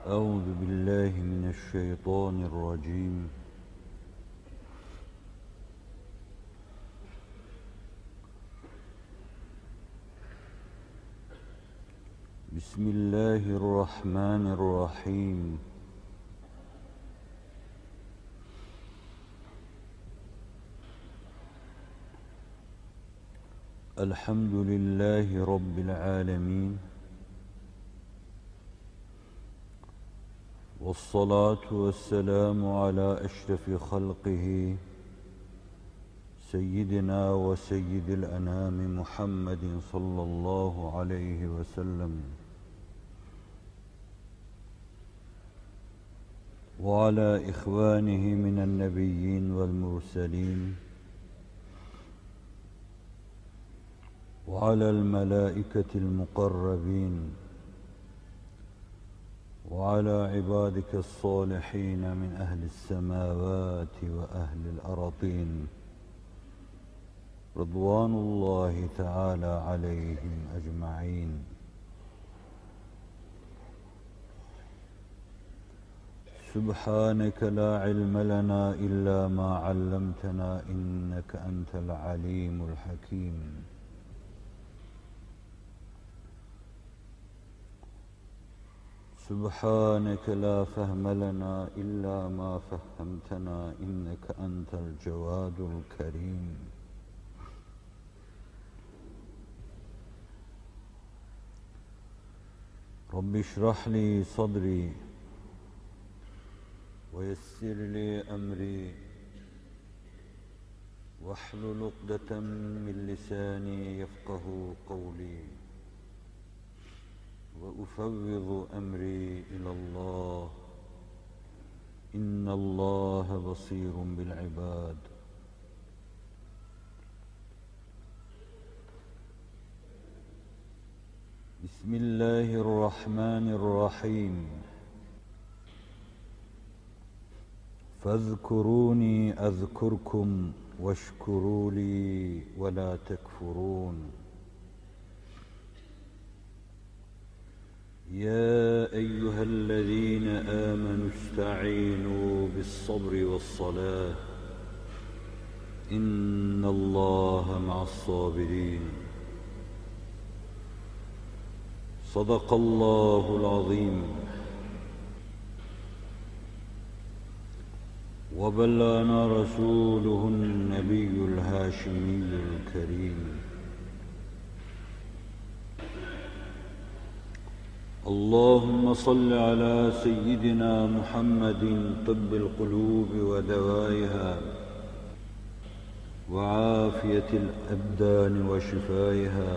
أعوذ بالله من الشيطان الرجيم. بسم الله الرحمن الرحيم. الحمد لله رب العالمين، والصلاة والسلام على أشرف خلقه سيدنا وسيد الأنام محمد صلى الله عليه وسلم، وعلى إخوانه من النبيين والمرسلين، وعلى الملائكة المقربين، وعلى عبادك الصالحين من أهل السماوات وأهل الأرضين، رضوان الله تعالى عليهم أجمعين. سبحانك لا علم لنا إلا ما علمتنا إنك أنت العليم الحكيم. سبحانك لا فهم لنا إلا ما فهمتنا إنك أنت الجواد الكريم. رب اشرح لي صدري ويسر لي أمري واحلل عقدة من لساني يفقه قولي، وأفوض أمري إلى الله إن الله بصير بالعباد. بسم الله الرحمن الرحيم. فاذكروني أذكركم واشكروا لي ولا تكفرون. يا أيها الذين آمنوا استعينوا بالصبر والصلاة إن الله مع الصابرين. صدق الله العظيم. وبلغنا رسوله النبي الهاشمي الكريم. اللهم صل على سيدنا محمد طب القلوب ودوائها وعافية الأبدان وشفائها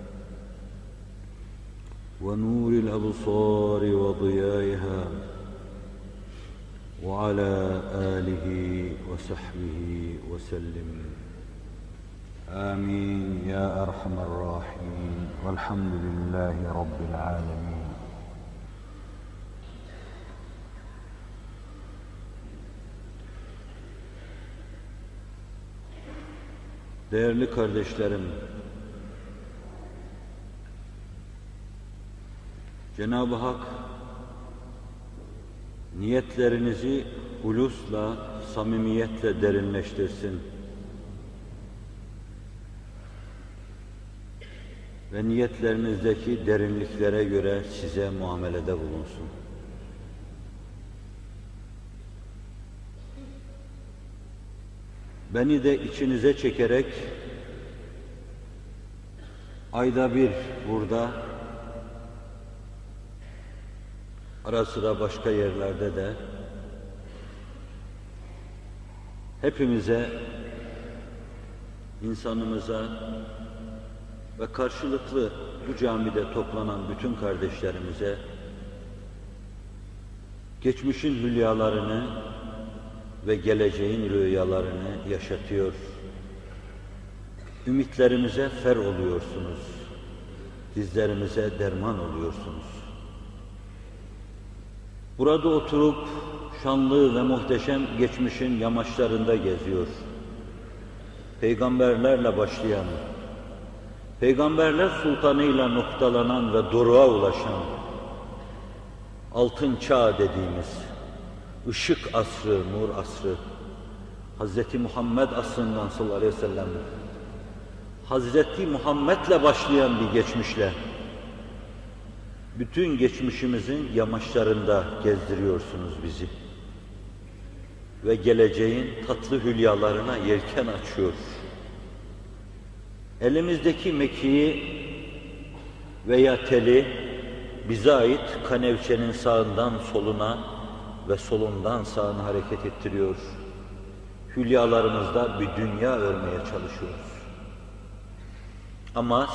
ونور الأبصار وضيائها وعلى آله وصحبه وسلم. آمين يا أرحم الراحمين، والحمد لله رب العالمين. Değerli kardeşlerim, Cenab-ı Hak niyetlerinizi hulusla, samimiyetle derinleştirsin ve niyetlerinizdeki derinliklere göre size muamelede bulunsun. Beni de içinize çekerek ayda bir burada, ara sıra başka yerlerde de hepimize, insanımıza ve karşılıklı bu camide toplanan bütün kardeşlerimize geçmişin hülyalarını ve geleceğin rüyalarını yaşatıyor. Ümitlerimize fer oluyorsunuz. Dizlerimize derman oluyorsunuz. Burada oturup şanlı ve muhteşem geçmişin yamaçlarında geziyor. Peygamberlerle başlayan, Peygamberler sultanıyla noktalanan ve doruğa ulaşan, altın çağ dediğimiz ışık asrı, nur asrı, Hz. Muhammed asrından sallallahu aleyhi ve sellem, Hz. Muhammed'le başlayan bir geçmişle, bütün geçmişimizin yamaçlarında gezdiriyorsunuz bizi. Ve geleceğin tatlı hülyalarına yelken açıyor. Elimizdeki mekiği veya teli bize ait kanevçenin sağından soluna ve solundan sağına hareket ettiriyor. Hülyalarımızda bir dünya örmeye çalışıyoruz. Ama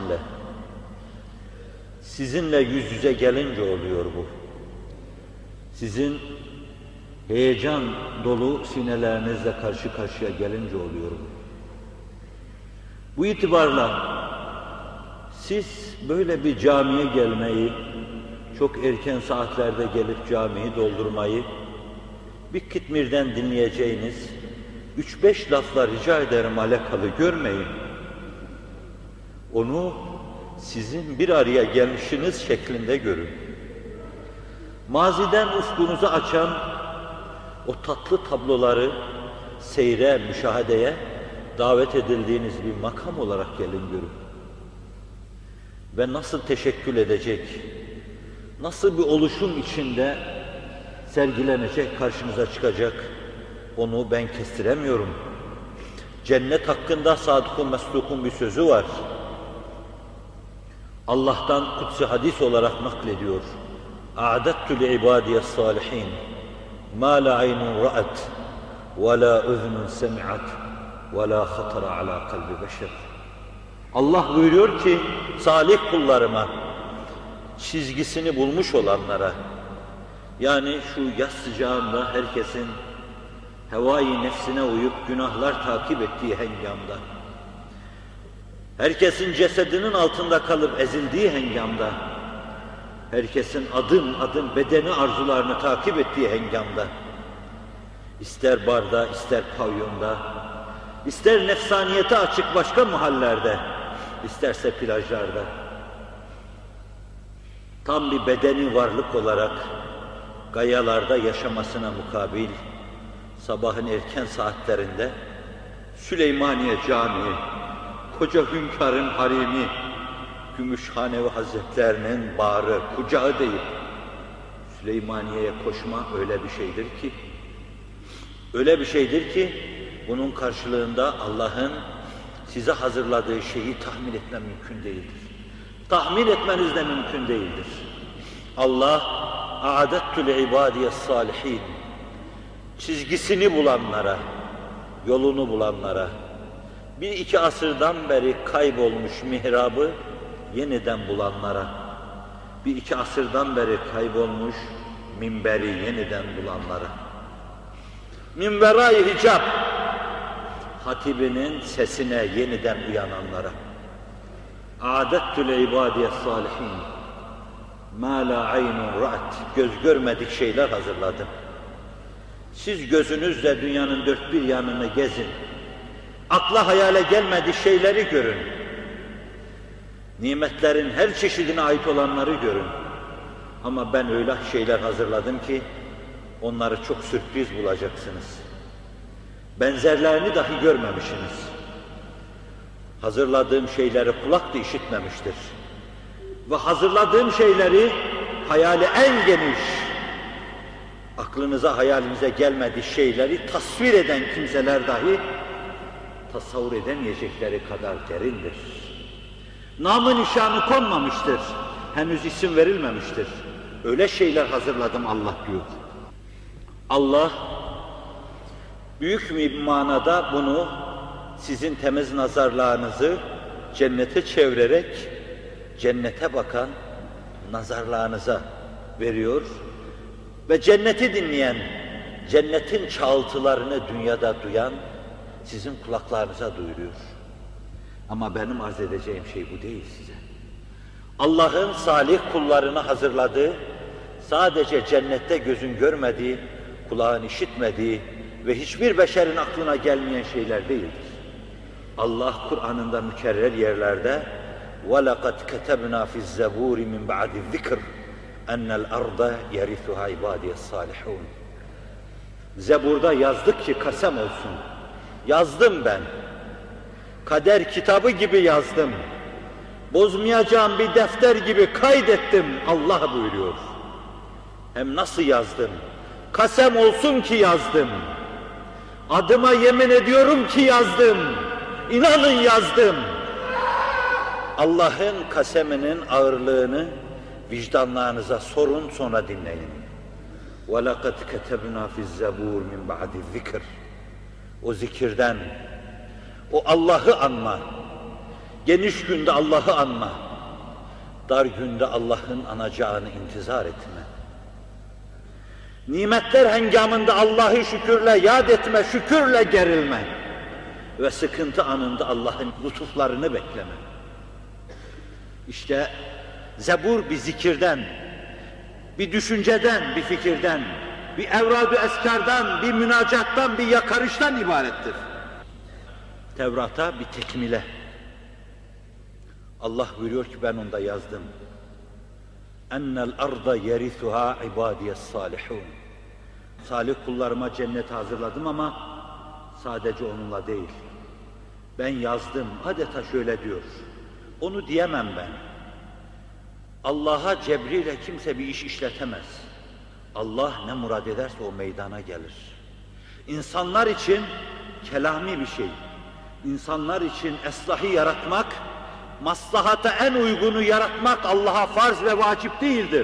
sizinle yüz yüze gelince oluyor bu. Sizin heyecan dolu sinelerinizle karşı karşıya gelince oluyor bu. Bu itibarla siz böyle bir camiye gelmeyi, çok erken saatlerde gelip camiyi doldurmayı, bir kitmirden dinleyeceğiniz 3-5 lafla rica ederim alakalı görmeyin. Onu sizin bir araya gelişiniz şeklinde görün. Maziden ufkunuzu açan o tatlı tabloları seyre, müşahedeye davet edildiğiniz bir makam olarak gelin görün. Ve nasıl teşekkül edecek, nasıl bir oluşum içinde sergilenecek, karşınıza çıkacak, onu ben kestiremiyorum. Cennet hakkında Sadık-ı Mesduk'un bir sözü var. Allah'tan kutsi hadis olarak naklediyor. اَعْدَدْتُ لِعِبَادِيَ الصَّالِحِينَ مَا لَا عَيْنٌ رَأَتْ وَلَا اُذْنٌ سَمِعَتْ وَلَا خَطَرَ عَلَى قَلْبِ بَشَرٍ. Allah buyuruyor ki salih kullarıma, çizgisini bulmuş olanlara, yani şu yaz sıcağında herkesin hevai nefsine uyup günahlar takip ettiği hengamda, herkesin cesedinin altında kalıp ezildiği hengamda, herkesin adım adım bedeni arzularını takip ettiği hengamda, ister barda, ister pavyonda, ister nefsaniyete açık başka mahallerde, isterse plajlarda, tam bir bedeni varlık olarak gayalarda yaşamasına mukabil, sabahın erken saatlerinde Süleymaniye Camii, koca hünkârın harimi, Gümüşhanevi Hazretlerinin bağrı, kucağı deyip Süleymaniye'ye koşma öyle bir şeydir ki bunun karşılığında Allah'ın size hazırladığı şeyi tahmin etmem mümkün değildir. Tahmin etmeniz de mümkün değildir. Allah اَعَدَدْتُ لِعِبَادِيَ الصَّالِحِينَ çizgisini bulanlara, yolunu bulanlara, bir iki asırdan beri kaybolmuş mihrabı yeniden bulanlara, bir iki asırdan beri kaybolmuş minberi yeniden bulanlara, minber-i hicab hatibinin sesine yeniden uyananlara, اَعْدَدْتُ لِعِبَادِيَ الصَّالِحِينَ مَا لَا عَيْنٌ رَأَتْ göz görmedik şeyler hazırladım. Siz gözünüzle dünyanın dört bir yanını gezin. Akla hayale gelmedik şeyleri görün. Nimetlerin her çeşidine ait olanları görün. Ama ben öyle şeyler hazırladım ki onları çok sürpriz bulacaksınız. Benzerlerini dahi görmemişsiniz. Hazırladığım şeyleri kulak da işitmemiştir. Ve hazırladığım şeyleri hayali en geniş, aklınıza, hayalinize gelmediği şeyleri tasvir eden kimseler dahi tasavvur edemeyecekleri kadar derindir. Namı nişanı konmamıştır, henüz isim verilmemiştir. Öyle şeyler hazırladım Allah diyor. Allah büyük bir manada bunu sizin temiz nazarlarınızı cennete çevirerek cennete bakan nazarlarınıza veriyor ve cenneti dinleyen, cennetin çağıltılarını dünyada duyan sizin kulaklarınıza duyuruyor. Ama benim arz edeceğim şey bu değil size. Allah'ın salih kullarını hazırladığı, sadece cennette gözün görmediği, kulağın işitmediği ve hiçbir beşerin aklına gelmeyen şeyler değildir. Allah Kur'an'ında mükerrer yerlerde وَلَقَدْ كَتَبْنَا فِي الزَّبُورِ مِنْ بَعْدِ الذِّكْرِ Ennel arda yerithuha ibadiyes salihun. Zebur'da yazdık ki kasem olsun. Yazdım ben. Kader kitabı gibi yazdım. Bozmayacağım bir defter gibi kaydettim. Allah buyuruyor. Hem nasıl yazdım? Kasem olsun ki yazdım. Adıma yemin ediyorum ki yazdım. İnanın yazdım. Allah'ın kaseminin ağırlığını vicdanlarınıza sorun, sonra dinleyin. وَلَقَدْ كَتَبْنَا فِي الزَّبُورِ مِنْ بَعْدِ الذِّكْرِ. O zikirden, o Allah'ı anma, geniş günde Allah'ı anma, dar günde Allah'ın anacağını intizar etme. Nimetler hengamında Allah'ı şükürle yad etme, şükürle gerilme. Ve sıkıntı anında Allah'ın lütuflarını bekleme. İşte Zebur bir zikirden, bir düşünceden, bir fikirden, bir evrad-ı eskardan, bir münacattan, bir yakarıştan ibarettir. Tevrat'a bir tekmile. Allah buyuruyor ki ben onda yazdım. Ennel arda yerithuha ibadiyes salihun. Salih kullarıma cennet hazırladım ama sadece onunla değil. Ben yazdım, adeta şöyle diyor. Onu diyemem ben. Allah'a cebriyle kimse bir iş işletemez. Allah ne murad ederse o meydana gelir. İnsanlar için kelami bir şey. İnsanlar için eslahi yaratmak, maslahata en uygunu yaratmak Allah'a farz ve vacip değildir.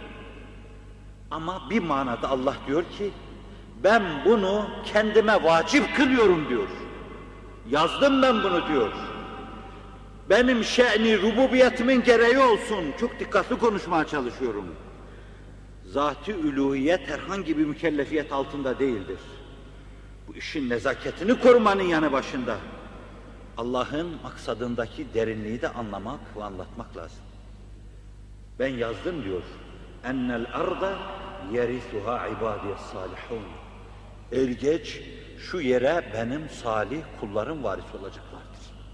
Ama bir manada Allah diyor ki, ben bunu kendime vacip kılıyorum diyor. Yazdım ben bunu diyor. Benim şe'ni rububiyetimin gereği olsun. Çok dikkatli konuşmaya çalışıyorum. Zat-ı üluhiyet herhangi bir mükellefiyet altında değildir. Bu işin nezaketini korumanın yanı başında Allah'ın maksadındaki derinliği de anlamak ve anlatmak lazım. Ben yazdım diyor. Ennel arda yerithuha ibadiyes salihun. Er geç şu yere benim salih kullarım varis olacaklardır.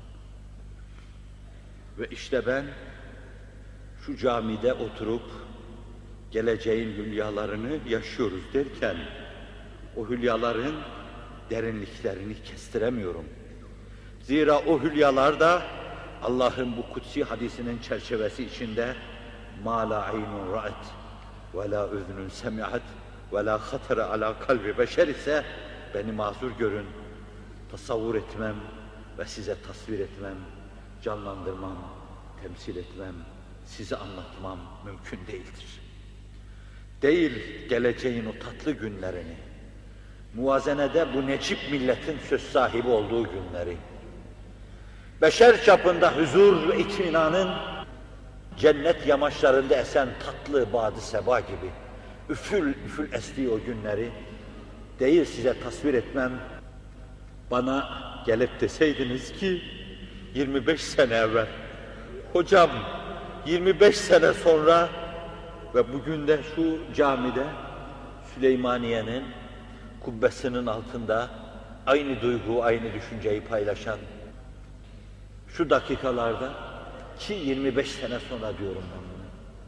Ve işte ben şu camide oturup geleceğin hülyalarını yaşıyoruz derken o hülyaların derinliklerini kestiremiyorum. Zira o hülyalarda Allah'ın bu kutsi hadisinin çerçevesi içinde مَا لَا عَيْنٌ رَأَتْ وَلَا اُذْنٌ سَمِعَتْ وَلَا خَطَرَ عَلَى قَلْبِ beşer ise beni mazur görün, tasavvur etmem ve size tasvir etmem, canlandırmam, temsil etmem, size anlatmam mümkün değildir. Değil geleceğin o tatlı günlerini, muvazenede bu necip milletin söz sahibi olduğu günleri, beşer çapında huzur ve itminanın cennet yamaçlarında esen tatlı bad-ı seba gibi üfül üfül estiği o günleri değil size tasvir etmem. Bana gelip deseydiniz ki 25 sene evvel, hocam 25 sene sonra ve bugün de şu camide Süleymaniye'nin kubbesinin altında aynı duygu, aynı düşünceyi paylaşan şu dakikalarda ki 25 sene sonra diyorum ben bunu.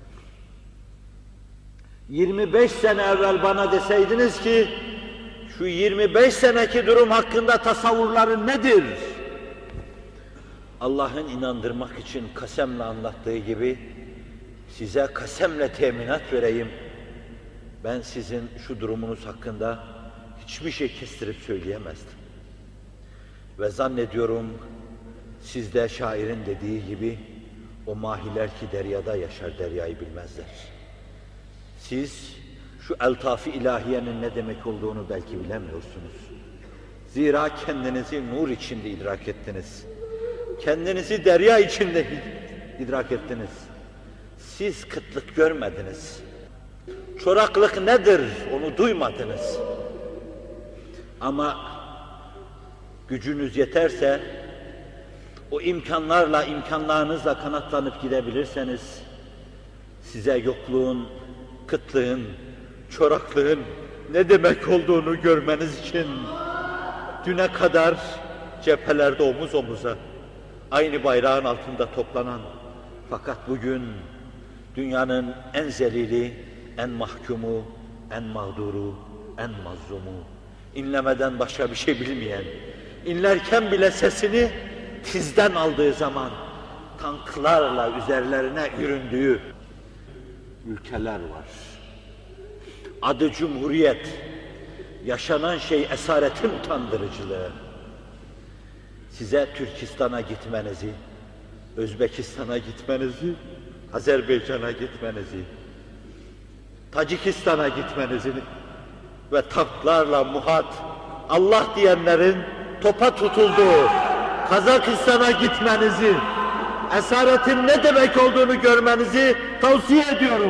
25 sene evvel bana deseydiniz ki şu 25 seneki durum hakkında tasavvurların nedir? Allah'ın inandırmak için kasemle anlattığı gibi size kasemle teminat vereyim. Ben sizin şu durumunuz hakkında hiçbir şey kestirip söyleyemezdim. Ve zannediyorum siz de şairin dediği gibi o mahiler ki deryada yaşar deryayı bilmezler. Siz şu eltaf-ı ilahiyenin ne demek olduğunu belki bilemiyorsunuz. Zira kendinizi nur içinde idrak ettiniz. Kendinizi derya içinde idrak ettiniz. Siz kıtlık görmediniz. Çoraklık nedir onu duymadınız. Ama gücünüz yeterse o imkanlarla, imkanlarınızla kanatlanıp gidebilirseniz size yokluğun, kıtlığın, çoraklığın ne demek olduğunu görmeniz için düne kadar cephelerde omuz omuza aynı bayrağın altında toplanan fakat bugün Dünyanın en zelili, en mahkumu, en mağduru, en mazlumu, inlemeden başka bir şey bilmeyen, inlerken bile sesini tizden aldığı zaman tanklarla üzerlerine yüründüğü ülkeler var. Adı Cumhuriyet, yaşanan şey esaretin utandırıcılığı. Size Türkistan'a gitmenizi, Özbekistan'a gitmenizi, Azerbaycan'a gitmenizi, Tacikistan'a gitmenizi ve tanklarla muhat Allah diyenlerin topa tutulduğu Kazakistan'a gitmenizi, esaretin ne demek olduğunu görmenizi tavsiye ediyorum.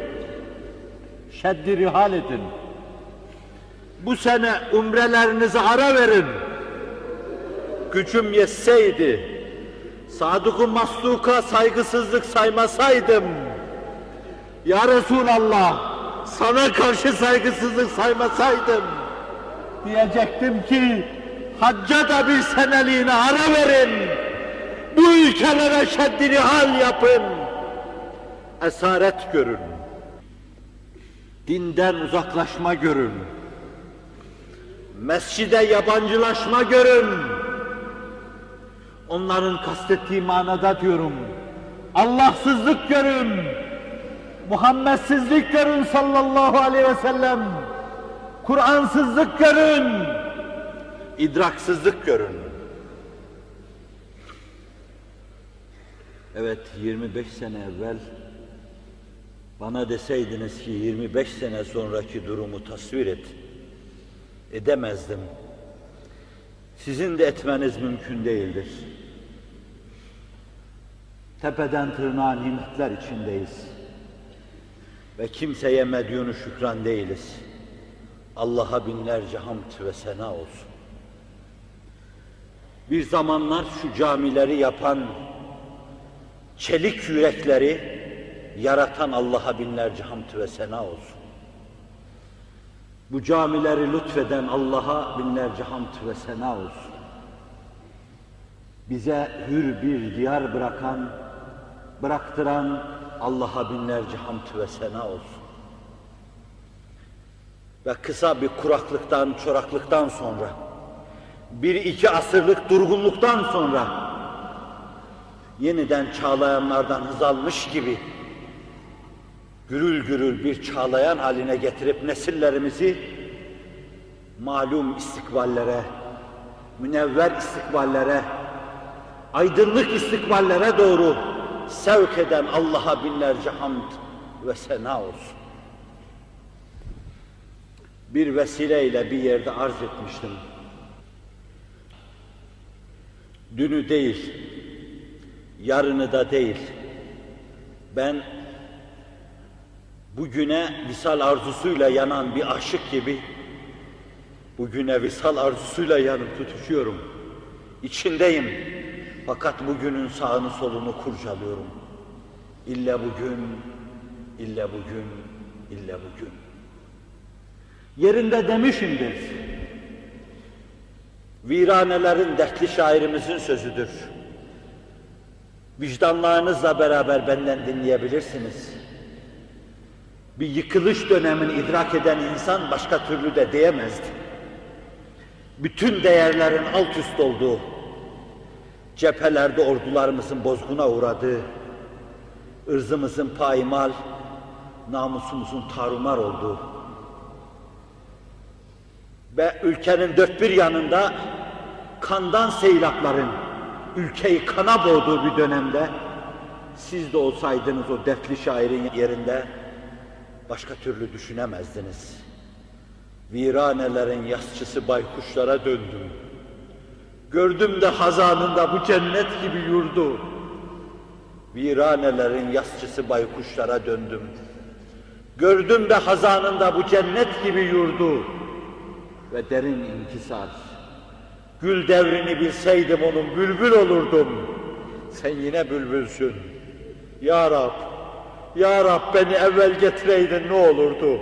Şeddi rihal edin. Bu sene umrelerinizi ara verin. Gücüm yetseydi, Sadık-ı Masluk'a saygısızlık saymasaydım, ya Resulallah, sana karşı saygısızlık saymasaydım, diyecektim ki, hacca da bir seneliğine ara verin, bu ülkelere şeddi rihal yapın, esaret görün, dinden uzaklaşma görün, mescide yabancılaşma görün. Onların kastettiği manada diyorum, Allahsızlık görün, Muhammedsizlik görün sallallahu aleyhi ve sellem, Kur'ansızlık görün, idraksızlık görün. Evet, 25 sene evvel bana deseydiniz ki 25 sene sonraki durumu tasvir et, edemezdim. Sizin de etmeniz mümkün değildir. Tepeden tırnağa nimetler içindeyiz. Ve kimseye medyunu şükran değiliz. Allah'a binlerce hamd ve sena olsun. Bir zamanlar şu camileri yapan, çelik yürekleri yaratan Allah'a binlerce hamd ve sena olsun. Bu camileri lütfeden Allah'a binlerce hamd ve sena olsun. Bize hür bir diyar bıraktıran Allah'a binlerce hamd ve sena olsun. Ve kısa bir kuraklıktan, çoraklıktan sonra, bir iki asırlık durgunluktan sonra, yeniden çağlayanlardan hız almış gibi, gürül gürül bir çağlayan haline getirip nesillerimizi malum istikballere, münevver istikballere, aydınlık istikballere doğru sevk eden Allah'a binlerce hamd ve sena olsun. Bir vesileyle bir yerde arz etmiştim. Dünü değil, yarını da değil, ben bugüne visal arzusuyla yanan bir aşık gibi, bugüne visal arzusuyla yanıp tutuşuyorum. İçindeyim. Fakat bugünün sağını solunu kurcalıyorum. İlla bugün, illa bugün, illa bugün. Yerinde demişimdir. Viranelerin dertli şairimizin sözüdür. Vicdanlarınızla beraber benden dinleyebilirsiniz. Bir yıkılış dönemini idrak eden insan başka türlü de diyemezdi. Bütün değerlerin alt üst olduğu, cephelerde ordularımızın bozguna uğradığı, ırzımızın paymal, namusumuzun tarumar olduğu ve ülkenin dört bir yanında kandan seylakların ülkeyi kana boğduğu bir dönemde siz de olsaydınız o dertli şairin yerinde başka türlü düşünemezdiniz. Viranelerin yasçısı baykuşlara döndüm. Gördüm de hazanında bu cennet gibi yurdu. Viranelerin yasçısı baykuşlara döndüm. Gördüm de hazanında bu cennet gibi yurdu. Ve derin inkisar. Gül devrini bilseydim onun bülbül olurdum. Sen yine bülbülsün. Ya Rab, Ya Rab beni evvel getireydin ne olurdu?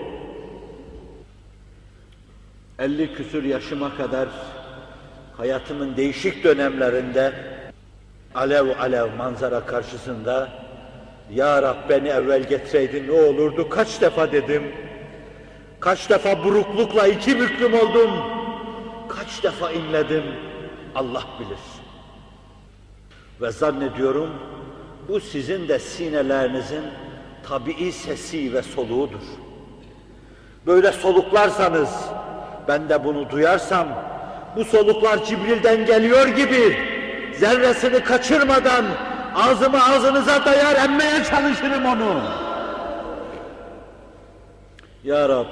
50 küsur yaşıma kadar hayatımın değişik dönemlerinde alev alev manzara karşısında Ya Rab beni evvel getireydin ne olurdu? Kaç defa dedim. Kaç defa buruklukla iki büklüm oldum. Kaç defa inledim. Allah bilir. Ve zannediyorum bu sizin de sinelerinizin tabii sesi ve soluğudur. Böyle soluklarsanız, ben de bunu duyarsam, bu soluklar Cibril'den geliyor gibi zerresini kaçırmadan ağzımı ağzınıza dayar emmeye çalışırım onu. Ya Rab,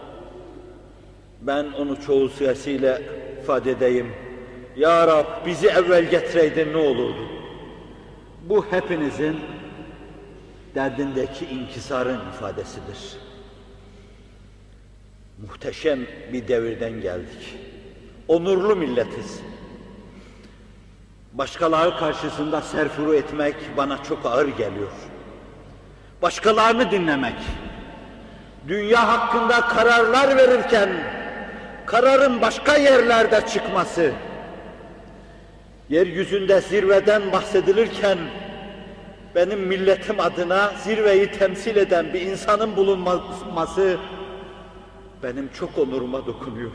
ben onu çoğu siyasiyle ifade edeyim. Ya Rab bizi evvel getireydin ne olurdu? Bu hepinizin derdindeki inkisarın ifadesidir. Muhteşem bir devirden geldik. Onurlu milletiz. Başkaları karşısında serfuru etmek bana çok ağır geliyor. Başkalarını dinlemek, dünya hakkında kararlar verirken kararın başka yerlerde çıkması, yeryüzünde zirveden bahsedilirken benim milletim adına zirveyi temsil eden bir insanın bulunması benim çok onuruma dokunuyor.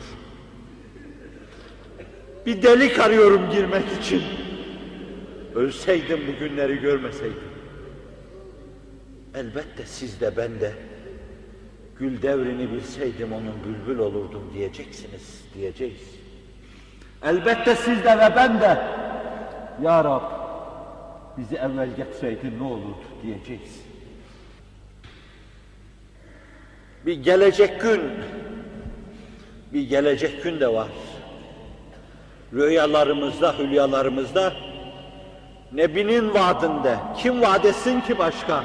Bir delik arıyorum girmek için. Ölseydim bu günleri görmeseydim. Elbette siz de ben de gül devrini bilseydim onun bülbül olurdum diyeceksiniz, diyeceğiz. Elbette siz de ve ben de Ya Rab bizi evvel getireydin ne olurdu diyeceğiz. Bir gelecek gün de var. Rüyalarımızda, hülyalarımızda, Nebi'nin vaadinde, kim vaat etsin ki başka?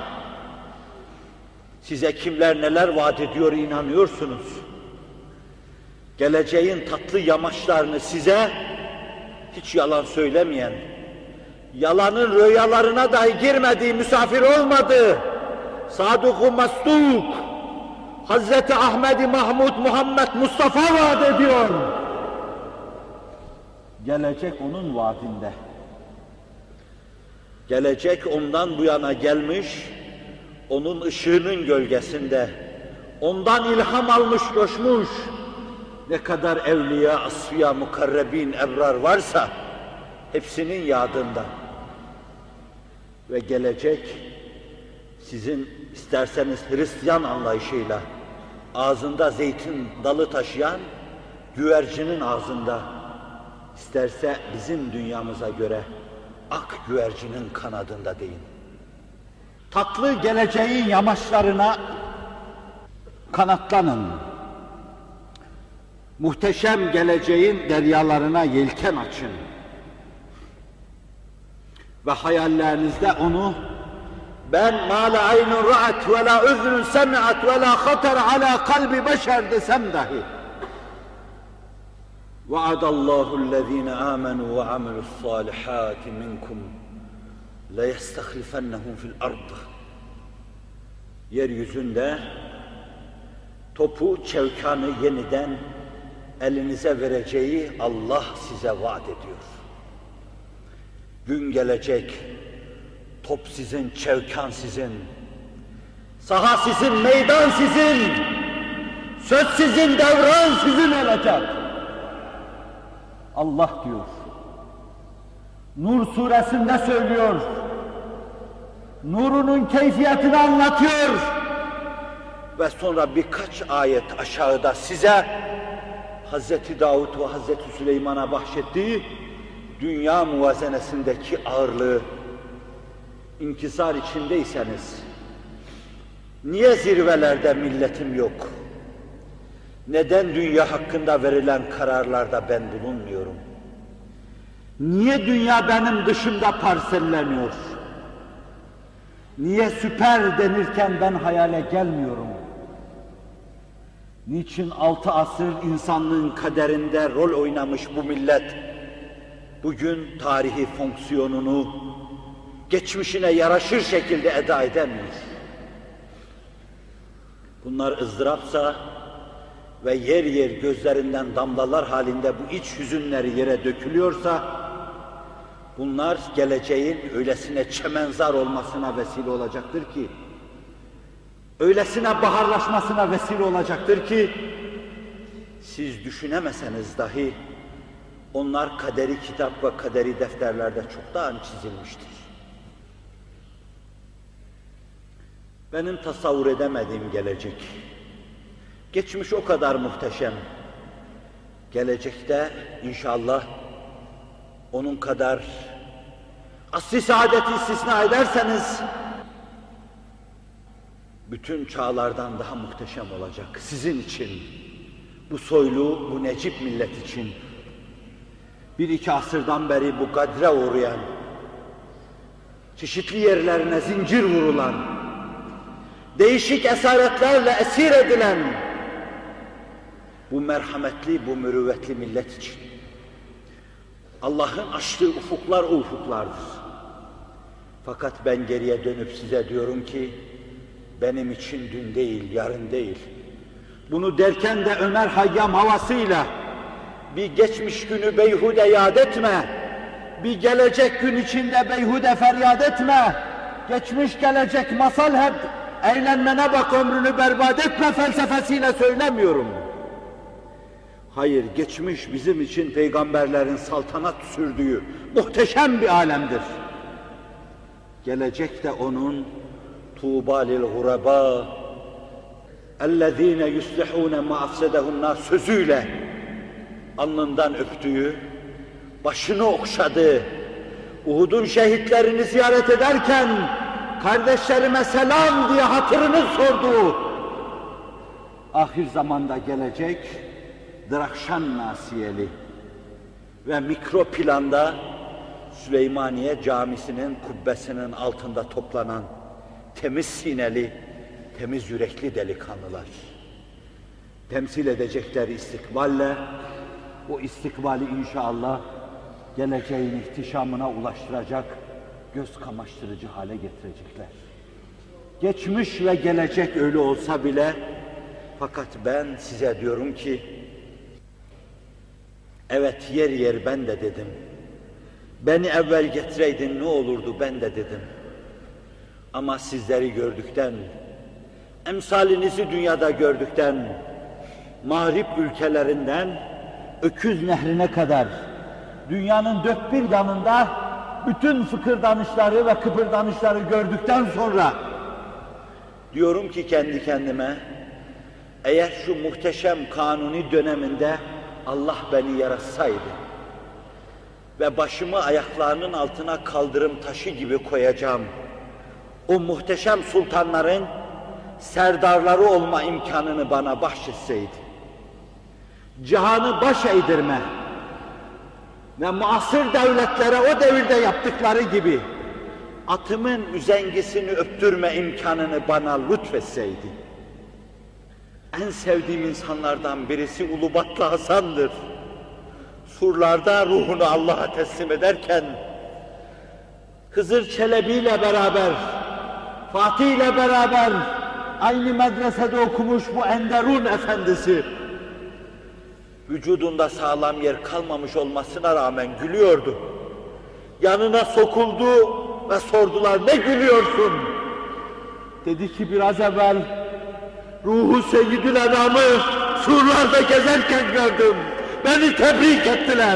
Size kimler neler vaat ediyor inanıyorsunuz? Geleceğin tatlı yamaçlarını size hiç yalan söylemeyen, yalanın rüyalarına dahi girmediği, misafir olmadı. Sadık-ı Masduk, Hazreti Ahmed-i Mahmud Muhammed Mustafa vaat ediyor. Gelecek onun vaadinde. Gelecek ondan bu yana gelmiş, onun ışığının gölgesinde, ondan ilham almış, coşmuş. Ne kadar evliya, asfiya, mukarrebin, ebrar varsa hepsinin yadında. Ve gelecek sizin isterseniz Hristiyan anlayışıyla ağzında zeytin dalı taşıyan güvercinin ağzında, isterse bizim dünyamıza göre ak güvercinin kanadında deyin. Tatlı geleceğin yamaçlarına kanatlanın. Muhteşem geleceğin deryalarına yelken açın. Ve hayallerinizde onu ben ma la aynun ra'at ve la uzun semi'at ve la khatar ala kalbi beşer desem dahi va'adallahu allazina amanu ve amilus salihati minkum la yestahlifennahum fil ard. Yeryüzünde topu, çevkanı yeniden elinize vereceği Allah size vaat ediyor. Gün gelecek, top sizin, çevkan sizin, saha sizin, meydan sizin, söz sizin, devran sizin olacak. Allah diyor. Nur suresinde söylüyor. Nurunun keyfiyetini anlatıyor. Ve sonra birkaç ayet aşağıda size Hazreti Davud ve Hazreti Süleyman'a bahşettiği dünya muvazenesindeki ağırlığı, inkisar içindeyseniz, niye zirvelerde milletim yok? Neden dünya hakkında verilen kararlarda ben bulunmuyorum? Niye dünya benim dışımda parselleniyor? Niye süper denirken ben hayale gelmiyorum? Niçin 6 asır insanlığın kaderinde rol oynamış bu millet, bugün tarihi fonksiyonunu geçmişine yaraşır şekilde eda edemiyor? Bunlar ızdırapsa ve yer yer gözlerinden damlalar halinde bu iç hüzünleri yere dökülüyorsa, Bunlar geleceğin öylesine çemenzar olmasına vesile olacaktır ki, öylesine baharlaşmasına vesile olacaktır ki, siz düşünemeseniz dahi onlar kaderi kitap ve kaderi defterlerde çoktan çizilmiştir. Benim tasavvur edemediğim gelecek, geçmiş o kadar muhteşem, gelecekte inşallah onun kadar asr-ı saadeti istisna ederseniz bütün çağlardan daha muhteşem olacak sizin için, bu soylu, bu necip millet için. Bir iki asırdan beri bu kadre uğrayan, çeşitli yerlerine zincir vurulan, değişik esaretlerle esir edilen bu merhametli, bu mürüvvetli millet için. Allah'ın açtığı ufuklar o ufuklardır. Fakat ben geriye dönüp size diyorum ki, benim için dün değil, yarın değil. Bunu derken de Ömer Hayyam havasıyla, bir geçmiş günü beyhude yad etme, bir gelecek gün içinde beyhude feryat etme, geçmiş gelecek masal hep, eğlenmene bak ömrünü berbat etme felsefesiyle söylemiyorum. Hayır, geçmiş bizim için peygamberlerin saltanat sürdüğü muhteşem bir alemdir. Gelecek de onun tuğba lil guraba ellezine yuslihune ma afsedehunnas sözüyle alnından öptüğü, başını okşadığı, Uhud'un şehitlerini ziyaret ederken kardeşlerime selam diye hatırını sorduğu ahir zamanda gelecek Drakşan Nasiyeli ve mikro planda Süleymaniye Camisi'nin kubbesinin altında toplanan temiz sineli, temiz yürekli delikanlılar temsil edecekleri istikballe o istikbali inşallah geleceğin ihtişamına ulaştıracak, göz kamaştırıcı hale getirecekler. Geçmiş ve gelecek öyle olsa bile, fakat ben size diyorum ki, evet yer yer ben de dedim. Beni evvel getireydin ne olurdu ben de dedim. Ama sizleri gördükten, emsalinizi dünyada gördükten, Mağrip ülkelerinden Öküz Nehri'ne kadar dünyanın dört bir yanında bütün fıkırdanışları ve kıpırdanışları gördükten sonra diyorum ki kendi kendime, eğer şu muhteşem kanuni döneminde Allah beni yaratsaydı ve başımı ayaklarının altına kaldırım taşı gibi koyacağım, o muhteşem sultanların serdarları olma imkanını bana bahşetseydi, cihanı baş eğdirme ve muasır devletlere o devirde yaptıkları gibi atımın üzengisini öptürme imkanını bana lütfetseydi. En sevdiğim insanlardan birisi Ulubatlı Hasan'dır. Surlarda ruhunu Allah'a teslim ederken Hızır Çelebi ile beraber, Fatih ile beraber aynı medresede okumuş bu Enderun efendisi, vücudunda sağlam yer kalmamış olmasına rağmen gülüyordu. Yanına sokuldu ve sordular, ne gülüyorsun? Dedi ki biraz evvel ruhu Seyyidül Enam'ı surlarda gezerken gördüm. Beni tebrik ettiler.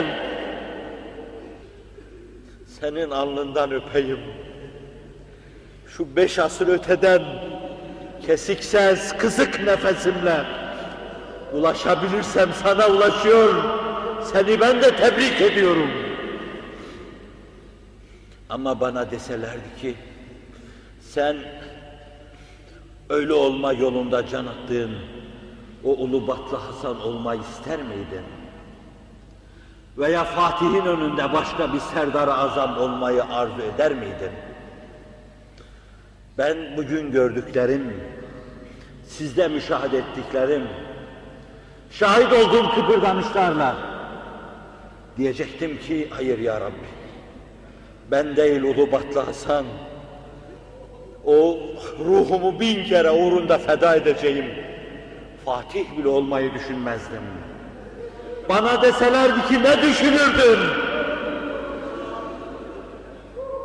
Senin alnından öpeyim. Şu 5 asır öteden kesiksiz, kısık nefesimle ulaşabilirsem sana ulaşıyor. Seni ben de tebrik ediyorum. Ama bana deselerdi ki sen öyle olma yolunda can attığın o Ulubatlı Hasan olmayı ister miydin? Veya Fatih'in önünde başka bir Serdar-ı Azam olmayı arzu eder miydin? Ben bugün gördüklerim, sizde müşahede ettiklerim, şahit olduğum kıpırdanışlarla diyecektim ki hayır ya Rabbi, ben değil Ulubatlı Hasan, o ruhumu 1000 kere uğrunda feda edeceğim Fatih bile olmayı düşünmezdim. Bana deselerdi ki ne düşünürdün?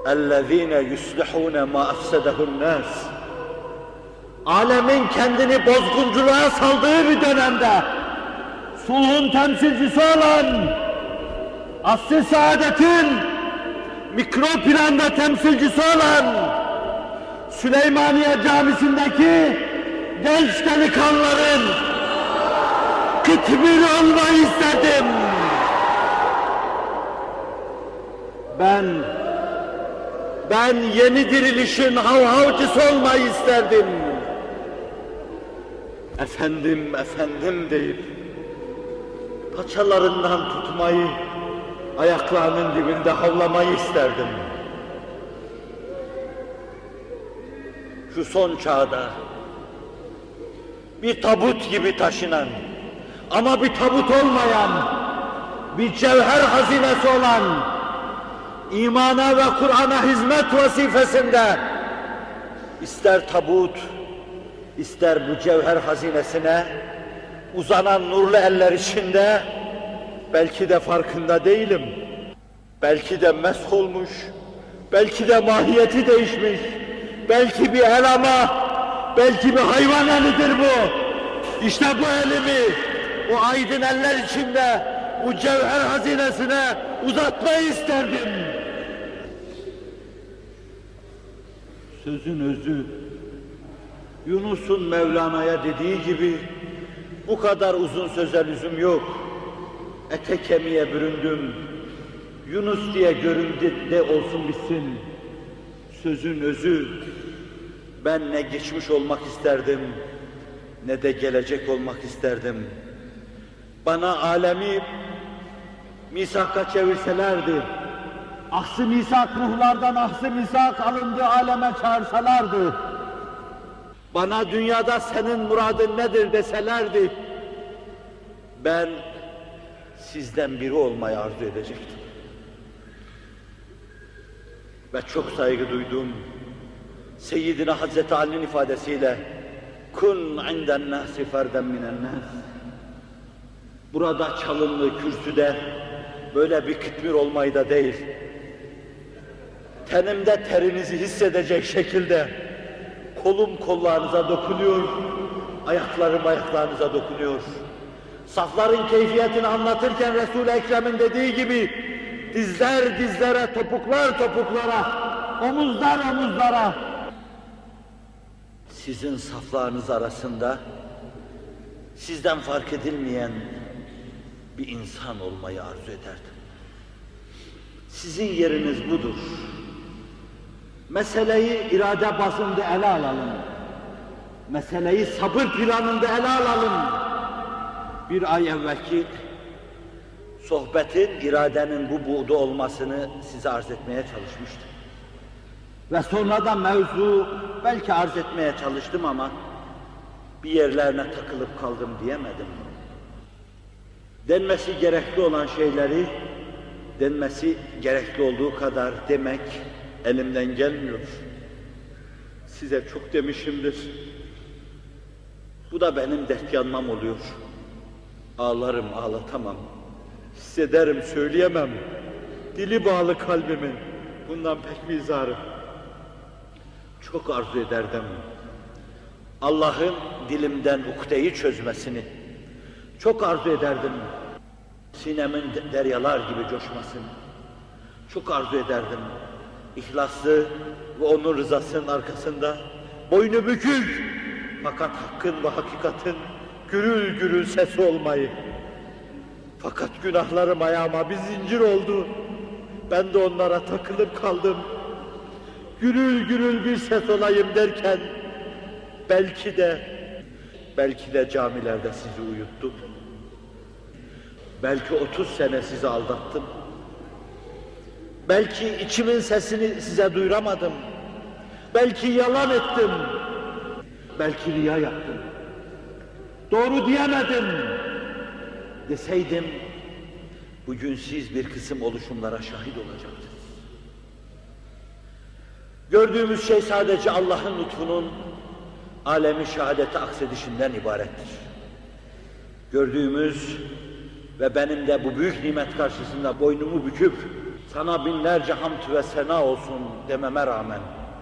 اَلَّذ۪ينَ يُسْلِحُونَ مَا اَفْسَدَهُ النَّاسِ Alemin kendini bozgunculuğa saldığı bir dönemde sulhun temsilcisi olan, asr-ı saadetin mikro planda temsilcisi olan Süleymaniye Camisi'ndeki genç delikanlıların kıtmiri olmayı istedim. Ben yeni dirilişin havhavcısı olmayı isterdim. Efendim, efendim deyip paçalarından tutmayı, ayaklarının dibinde havlamayı isterdim. Şu son çağda bir tabut gibi taşınan ama bir tabut olmayan, bir cevher hazinesi olan, imana ve Kur'an'a hizmet vazifesinde ister tabut, ister bu cevher hazinesine uzanan nurlu eller içinde, belki de farkında değilim, belki de mesh olmuş, belki de mahiyeti değişmiş, belki bir el ama, belki bir hayvan elidir bu. İşte bu elimi, o aydın eller içinde, bu cevher hazinesine uzatmayı isterdim. Sözün özü, Yunus'un Mevlana'ya dediği gibi, bu kadar uzun söze lüzum yok. Ete kemiğe büründüm, Yunus diye göründü de olsun bitsin. Sözün özü, ben ne geçmiş olmak isterdim, ne de gelecek olmak isterdim. Bana alemi misaka çevirselerdi, ahs-ı misak ruhlardan ahs-ı misak alındığı aleme çağırsalardı, bana dünyada senin muradın nedir deselerdi, ben sizden biri olmayı arzu edecektim. Ve çok saygı duydum. Seyyidina Hazreti Ali'nin ifadesiyle kun inden nâsi ferden minen nâs. Burada çalımlı kürsüde böyle bir kıtmir olmayı da değil, tenimde terinizi hissedecek şekilde kolum kollarınıza dokunuyor, ayaklarım ayaklarınıza dokunuyor. Safların keyfiyetini anlatırken Resul-i Ekrem'in dediği gibi dizler dizlere, topuklar topuklara, omuzlar omuzlara. Sizin saflarınız arasında sizden fark edilmeyen bir insan olmayı arzu ederdim. Sizin yeriniz budur. Meseleyi irade bazında ele alalım. Meseleyi sabır planında ele alalım. Bir ay evvelki sohbetin, iradenin bu buğda olmasını size arz etmeye çalışmıştım. Ve sonra da mevzu belki arz etmeye çalıştım ama bir yerlerine takılıp kaldım diyemedim. Denmesi gerekli olan şeyleri, denmesi gerekli olduğu kadar demek elimden gelmiyor. Size çok demişimdir. Bu da benim dert yanmam oluyor. Ağlarım, ağlatamam. Hissederim, söyleyemem. Dili bağlı kalbimin. Bundan pek bir izarım. Çok arzu ederdim. Allah'ın dilimden ukdeyi çözmesini. Çok arzu ederdim. Sinemin deryalar gibi coşmasını. Çok arzu ederdim. İhlaslı ve onun rızasının arkasında boynu bükük fakat hakkın ve hakikatin gürül gürül sesi olmayı. Fakat günahlarım ayağıma bir zincir oldu. Ben de onlara takılıp kaldım. Gürül gürül bir ses olayım derken belki de camilerde sizi uyuttum. Belki 30 sene sizi aldattım. Belki içimin sesini size duyuramadım. Belki yalan ettim. Belki riya yaptım. Doğru diyemedim. Deseydim, bugün siz bir kısım oluşumlara şahit olacaktınız. Gördüğümüz şey sadece Allah'ın lütfunun alemi şehadete aksedişinden ibarettir. Gördüğümüz ve benim de bu büyük nimet karşısında boynumu büküp sana binlerce hamd ve sena olsun dememe rağmen,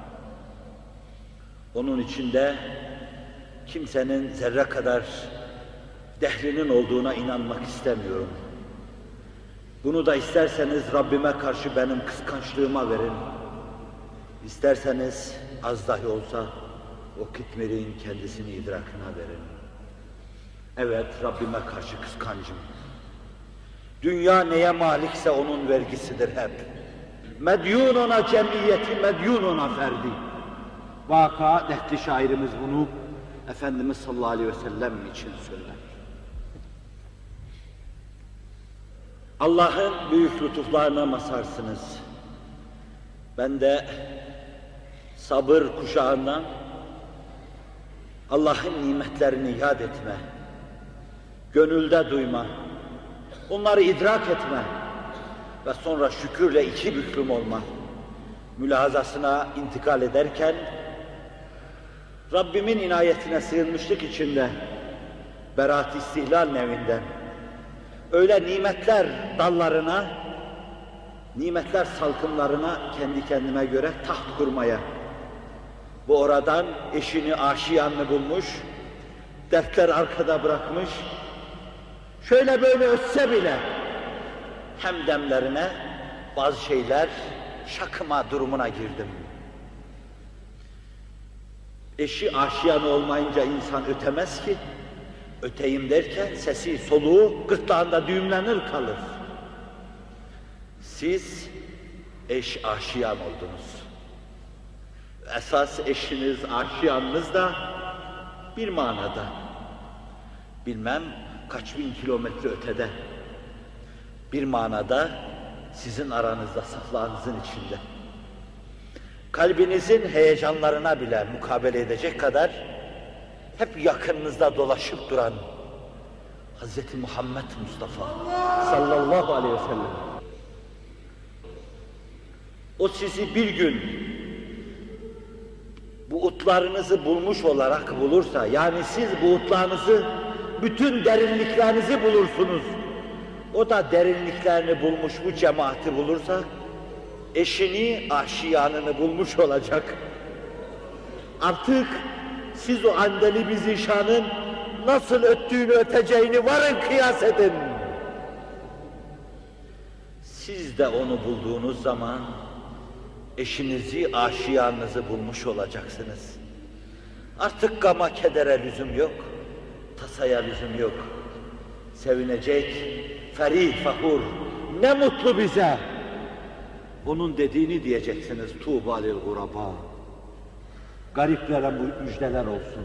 onun içinde kimsenin zerre kadar dehrinin olduğuna inanmak istemiyorum. Bunu da isterseniz Rabbime karşı benim kıskançlığıma verin. İsterseniz az dahi olsa o kitmirin kendisini idrakına verin. Evet, Rabbime karşı kıskancım. Dünya neye malikse onun vergisidir hep. Medyun ona cemiyeti, medyun ona ferdi. Vaka dehtli şairimiz bunu Efendimiz sallallahu aleyhi ve sellem için söyler. Allah'ın büyük lütuflarına masarsınız. Ben de sabır kuşağından Allah'ın nimetlerini yad etme, gönülde duyma, onları idrak etme ve sonra şükürle iki büklüm olma mülahazasına intikal ederken Rabbimin inayetine sığınmışlık içinde beraat istihlal nevinden öyle nimetler dallarına, nimetler salkımlarına kendi kendime göre taht kurmaya, bu oradan eşini, aşiyanını bulmuş, dertler arkada bırakmış, şöyle böyle ötse bile hem demlerine bazı şeyler şakıma durumuna girdim. Eşi aşiyanı olmayınca insan ötemez ki, öteyim derken sesi, soluğu gırtlağında düğümlenir kalır. Siz eş aşiyan oldunuz. Esas eşiniz, aşiyanınız da bir manada, bilmem kaç bin kilometre ötede, bir manada sizin aranızda, saflağınızın içinde. Kalbinizin heyecanlarına bile mukabele edecek kadar hep yakınınızda dolaşıp duran Hz. Muhammed Mustafa sallallahu aleyhi ve sellem. O sizi bir gün bu utlarınızı bulmuş olarak bulursa, yani siz bu utlarınızı, bütün derinliklerinizi bulursunuz. O da derinliklerini bulmuş bu cemaati bulursa, eşini, aşiyanını bulmuş olacak. Artık siz o andeli bir zişanın nasıl öttüğünü, öteceğini varın kıyas edin. Siz de onu bulduğunuz zaman eşinizi, aşiyanınızı bulmuş olacaksınız. Artık gama, kedere lüzum yok, tasaya lüzum yok. Sevinecek, ferih, fahur, ne mutlu bize. Onun dediğini diyeceksiniz, Tuğba lil guraba. Gariplere müjdeler olsun.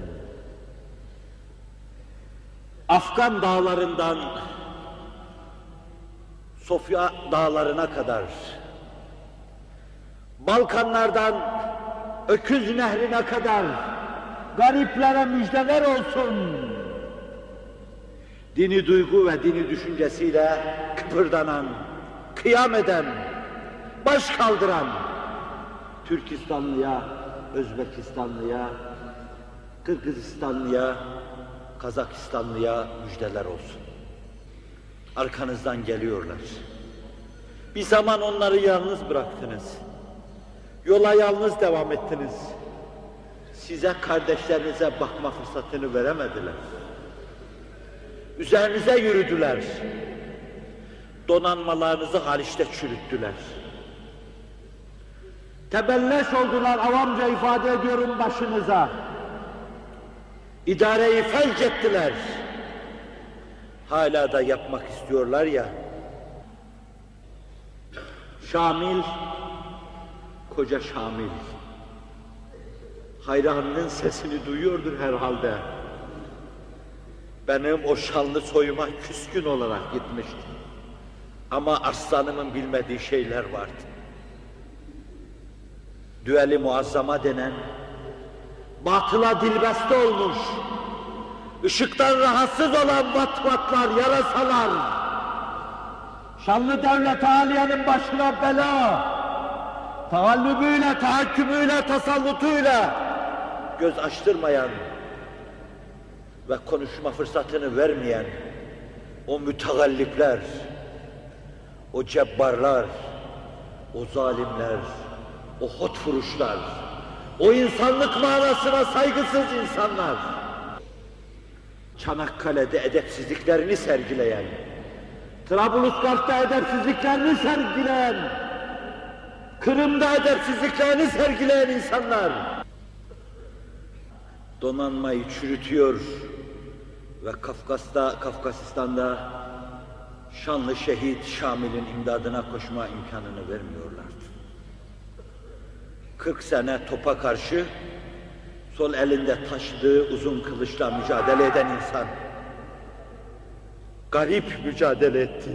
Afgan dağlarından Sofya dağlarına kadar, Balkanlardan Öküz Nehri'ne kadar gariplere müjdeler olsun. Dini duygu ve dini düşüncesiyle kıpırdanan, kıyam eden, baş kaldıran Türkistanlıya, Özbekistanlıya, Kırgızistanlıya, Kazakistanlıya müjdeler olsun. Arkanızdan geliyorlar. Bir zaman onları yalnız bıraktınız. Yola yalnız devam ettiniz. Size, kardeşlerinize bakma fırsatını veremediler. Üzerinize yürüdüler. Donanmalarınızı Haliç'te çürüttüler. Tebelleş oldular, avamca ifade ediyorum, başınıza. İdareyi felç ettiler. Hala da yapmak istiyorlar ya. Şamil, koca Şamil, hayranının sesini duyuyordur herhalde. Benim o şanlı soyuma küskün olarak gitmişti. Ama aslanımın bilmediği şeyler vardı. Düeli muazzama denen, batıla dilbeste olmuş, ışıktan rahatsız olan vatvatlar, yarasalar, şanlı devlet aliyenin başına bela, taallübüyle, tahakkümüyle, tasallutuyla göz açtırmayan ve konuşma fırsatını vermeyen o mütegallipler, o cebbarlar, o zalimler, o hotfuruşlar, o insanlık manasına saygısız insanlar, Çanakkale'de edepsizliklerini sergileyen, Trablusgarp'ta edepsizliklerini sergileyen, Kırım'da edepsizliklerini sergileyen insanlar, donanmayı çürütüyor ve Kafkastistan'da şanlı şehit Şamil'in imdadına koşma imkanını vermiyorlardı. 40 sene topa karşı sol elinde taşıdığı uzun kılıçla mücadele eden insan garip mücadele etti.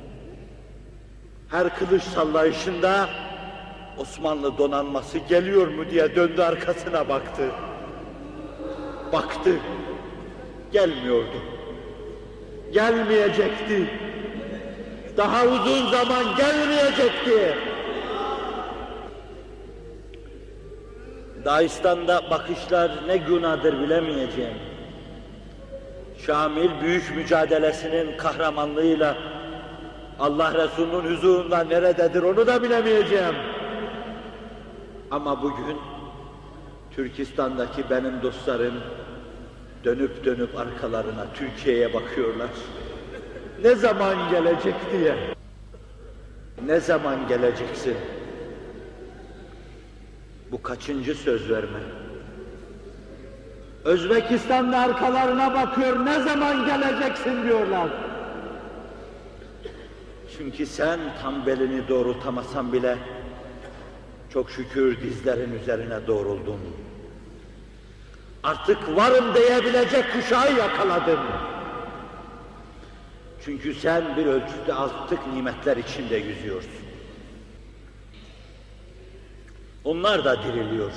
Her kılıç sallayışında Osmanlı donanması geliyor mu diye döndü, arkasına baktı. Baktı, gelmiyordu. Gelmeyecekti. Daha uzun zaman gelmeyecekti. Dağistan'da bakışlar ne günahtır bilemeyeceğim. Şamil büyük mücadelesinin kahramanlığıyla Allah Resulü'nün huzurunda nerededir onu da bilemeyeceğim. Ama bugün Türkistan'daki benim dostlarım dönüp dönüp arkalarına Türkiye'ye bakıyorlar. Ne zaman gelecek diye. Ne zaman geleceksin? Bu kaçıncı söz verme? Özbekistan'da arkalarına bakıyor, ne zaman geleceksin diyorlar. Çünkü sen tam belini doğrultamasan bile çok şükür dizlerin üzerine doğruldun. Artık varım diyebilecek kuşağı yakaladın. Çünkü sen bir ölçüde artık nimetler içinde yüzüyorsun. Onlar da diriliyor.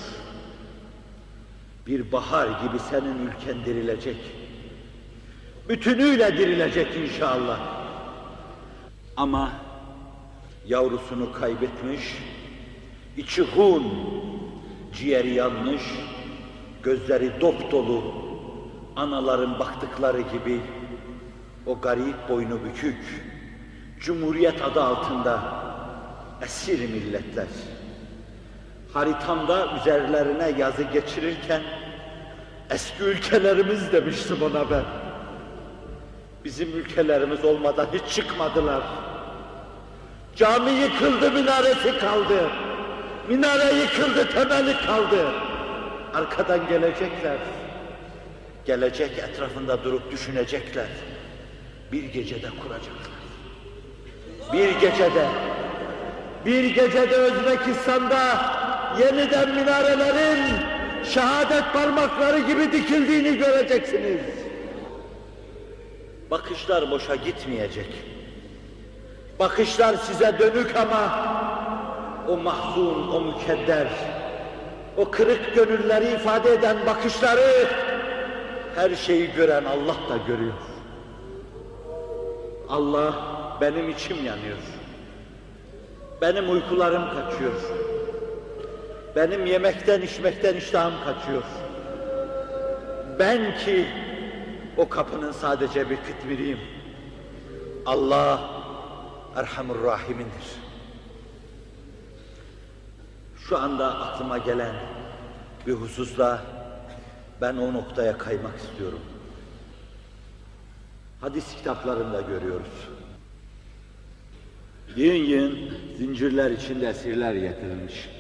Bir bahar gibi senin ülken dirilecek. Bütünüyle dirilecek inşallah. Ama yavrusunu kaybetmiş, içi hun, ciğeri yanmış, gözleri dop dolu, anaların baktıkları gibi o garip boynu bükük, Cumhuriyet adı altında esir milletler. Haritamda üzerlerine yazı geçirirken eski ülkelerimiz demiştim ona ben. Bizim ülkelerimiz olmadan hiç çıkmadılar. Cami yıkıldı, minaresi kaldı. Minare yıkıldı, temeli kaldı. Arkadan gelecekler. Gelecek etrafında durup düşünecekler. Bir gecede kuracaklar. Bir gecede Özbekistan'da yeniden minarelerin şehadet parmakları gibi dikildiğini göreceksiniz. Bakışlar boşa gitmeyecek. Bakışlar size dönük ama o mahzun, o mükedder, o kırık gönülleri ifade eden bakışları her şeyi gören Allah da görüyor. Allah, benim içim yanıyor. Benim uykularım kaçıyor. Benim yemekten içmekten iştahım kaçıyor. Ben ki o kapının sadece bir kıtmiriyim. Allah Erhamur Rahim'indir. Şu anda aklıma gelen bir hususla ben o noktaya kaymak istiyorum. Hadis kitaplarında görüyoruz. Yığın yığın zincirler içinde esirler getirilmiş.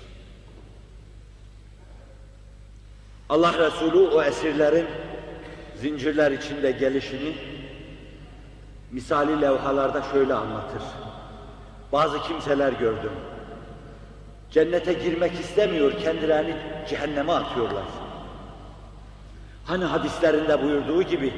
Allah Resulü o esirlerin zincirler içinde gelişini misali levhalarda şöyle anlatır. Bazı kimseler gördüm. Cennete girmek istemiyor, kendilerini cehenneme atıyorlar. Hani hadislerinde buyurduğu gibi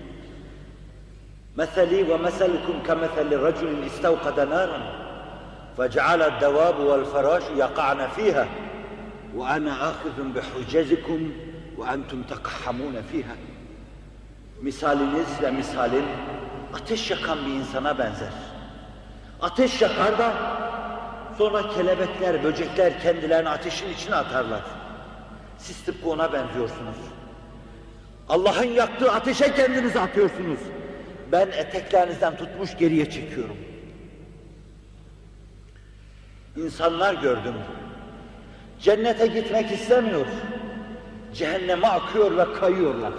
مَثَلِي وَمَثَلُكُمْ كَمَثَلِ رَجُلٍ اِسْتَوْقَدَ نَارًا فَجَعَلَ الدَّوَابُ وَالْفَرَاشُ يَقَعْنَ فِيهَا وَأَنَا آخِذٌ بِحُجَزِكُمْ وَأَنْتُمْ تَقَحَّمُونَ فِيهَا. Misaliniz ve misalin ateş yakan bir insana benzer. Ateş yakar da sonra kelebekler, böcekler kendilerini ateşin içine atarlar. Siz tıpkı ona benziyorsunuz. Allah'ın yaktığı ateşe kendinizi atıyorsunuz. Ben eteklerinizden tutmuş geriye çekiyorum. İnsanlar gördüm. Cennete gitmek istemiyor. Cehenneme akıyor ve kayıyorlar.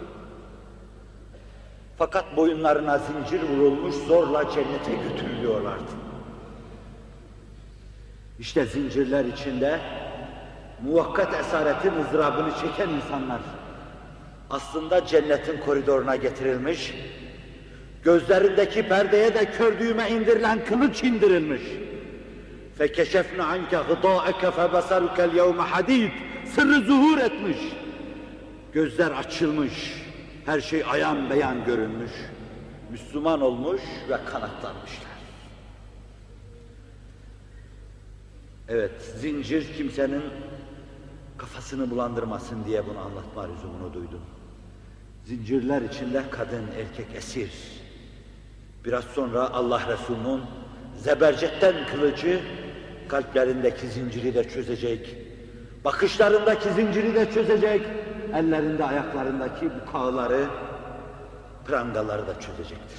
Fakat boyunlarına zincir vurulmuş, zorla cennete götürülüyorlardı. İşte zincirler içinde muvakkat esaretin ızdırabını çeken insanlar aslında cennetin koridoruna getirilmiş, gözlerindeki perdeye de kördüğüme indirilen kılıç indirilmiş. فَكَشَفْنَ عَنْكَ غِطَاءَكَ فَبَصَرُكَ الْيَوْمَ حَد۪يدٍ Sırrı zuhur etmiş. Gözler açılmış, her şey ayan beyan görünmüş. Müslüman olmuş ve kanatlanmışlar. Evet, zincir kimsenin kafasını bulandırmasın diye bunu anlatma lüzumunu duydum. Zincirler içinde kadın, erkek esir. Biraz sonra Allah Resulü'nün zebercetten kılıcı kalplerindeki zinciri de çözecek, bakışlarındaki zinciri de çözecek, ellerinde, ayaklarındaki bukağıları, prangaları da çözecektir.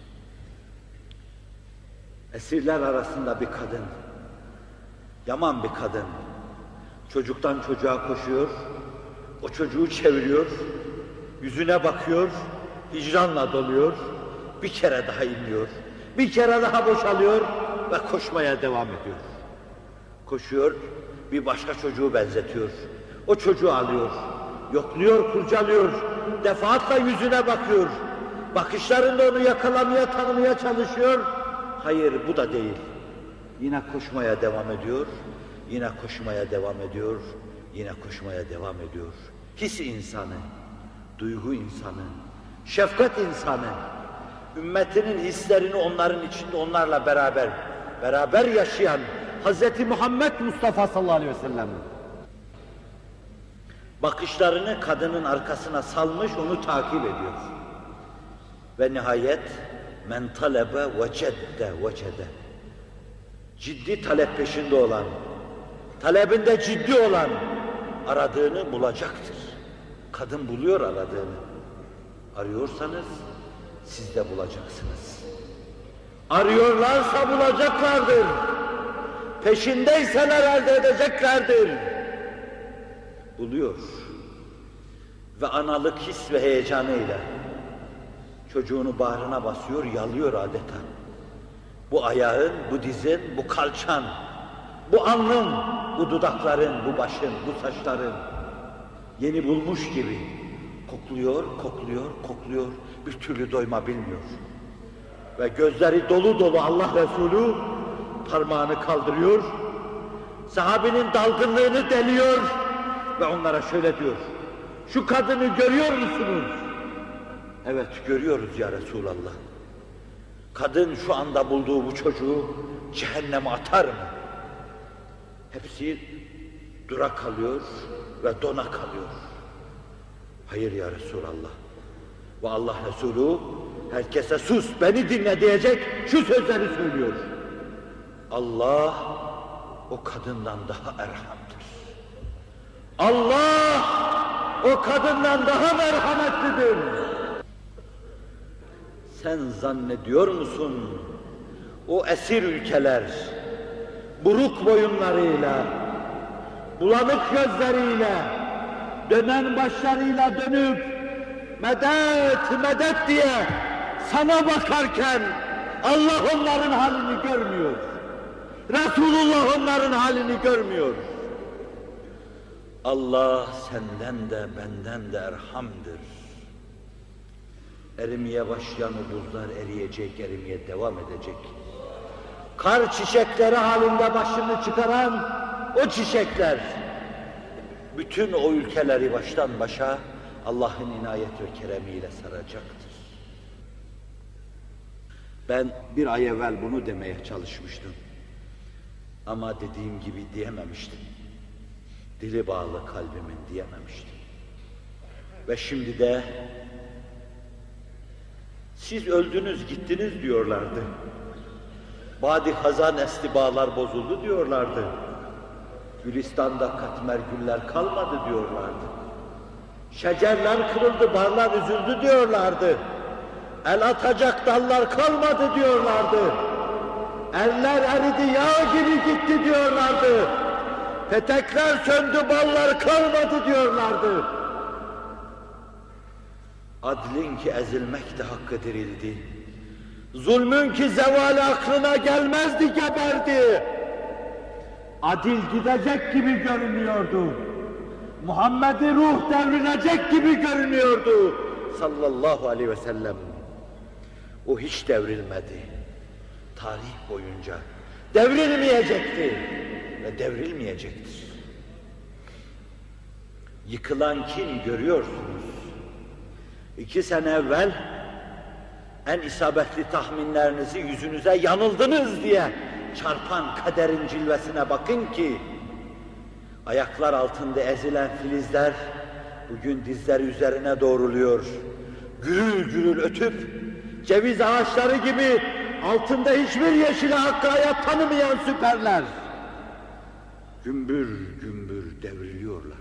Esirler arasında bir kadın, yaman bir kadın, çocuktan çocuğa koşuyor, o çocuğu çeviriyor, yüzüne bakıyor, hicranla doluyor, bir kere daha inliyor, bir kere daha boşalıyor ve koşmaya devam ediyor. Koşuyor, bir başka çocuğu benzetiyor, o çocuğu alıyor, yokluyor, kurcalıyor, defaatle yüzüne bakıyor, bakışlarında onu yakalamaya, tanımaya çalışıyor. Hayır, bu da değil. Yine koşmaya devam ediyor, yine koşmaya devam ediyor, yine koşmaya devam ediyor. His insanı, duygu insanı, şefkat insanı, ümmetinin hislerini onların içinde onlarla beraber yaşayan Hz. Muhammed Mustafa sallallahu aleyhi ve sellem. Bakışlarını kadının arkasına salmış, onu takip ediyor. Ve nihayet men talebe vecede. Ciddi talep peşinde olan, talebinde ciddi olan aradığını bulacaktır. Kadın buluyor aradığını. Arıyorsanız siz de bulacaksınız. Arıyorlarsa bulacaklardır. Peşindeyseler elde edeceklerdir. Buluyor. Ve analık his ve heyecanıyla çocuğunu bağrına basıyor, yalıyor adeta. Bu ayağın, bu dizin, bu kalçan, bu alnın, bu dudakların, bu başın, bu saçların yeni bulmuş gibi kokluyor, kokluyor, bir türlü doyma bilmiyor. Ve gözleri dolu dolu Allah Resulü parmağını kaldırıyor, sahabinin dalgınlığını deliyor ve onlara şöyle diyor: şu kadını görüyor musunuz? Evet, görüyoruz ya Resulallah. Kadın şu anda bulduğu bu çocuğu cehenneme atar mı? Hepsi dura kalıyor ve dona kalıyor. Hayır ya Resulallah. Ve Allah Resulü herkese sus, beni dinle diyecek şu sözleri söylüyor. Allah o kadından daha erhamdır. Allah o kadından daha merhametlidir. Sen zannediyor musun o esir ülkeler buruk boyunlarıyla, bulanık gözleriyle, dönen başlarıyla dönüp medet medet diye sana bakarken Allah onların halini görmüyor. Resulullah onların halini görmüyor. Allah senden de benden de erhamdır. Erimeye başlayan o buzlar eriyecek, erimeye devam edecek. Kar çiçekleri halinde başını çıkaran o çiçekler, bütün o ülkeleri baştan başa Allah'ın inayet ve keremiyle saracaktır. Ben bir ay evvel bunu demeye çalışmıştım. Ama dediğim gibi diyememiştim. Dili bağlı kalbimin diyememiştim. Ve şimdi de siz öldünüz gittiniz diyorlardı. Badi hazan nesli bağlar bozuldu diyorlardı. Gülistan'da katmer güller kalmadı diyorlardı. Şecerler kırıldı, barlar üzüldü diyorlardı. El atacak dallar kalmadı diyorlardı. Eller eridi, yağ gibi gitti diyorlardı. Petekler söndü, ballar kalmadı diyorlardı. Adlin ki ezilmek de hakkı dirildi. Zulmün ki zevali aklına gelmezdi, geberdi. Adil gidecek gibi görünüyordu. Muhammed'i ruh devrilecek gibi görünüyordu. Sallallahu aleyhi ve sellem. O hiç devrilmedi. Tarih boyunca devrilmeyecekti ve devrilmeyecektir. Yıkılan kim görüyorsunuz? 2 sene evvel en isabetli tahminlerinizi yüzünüze yanıldınız diye çarpan kaderin cilvesine bakın ki ayaklar altında ezilen filizler bugün dizleri üzerine doğruluyor. Gürül gürül ötüp ceviz ağaçları gibi altında hiçbir yeşile hakkı hayat tanımayan süperler gümbür gümbür devriliyorlar.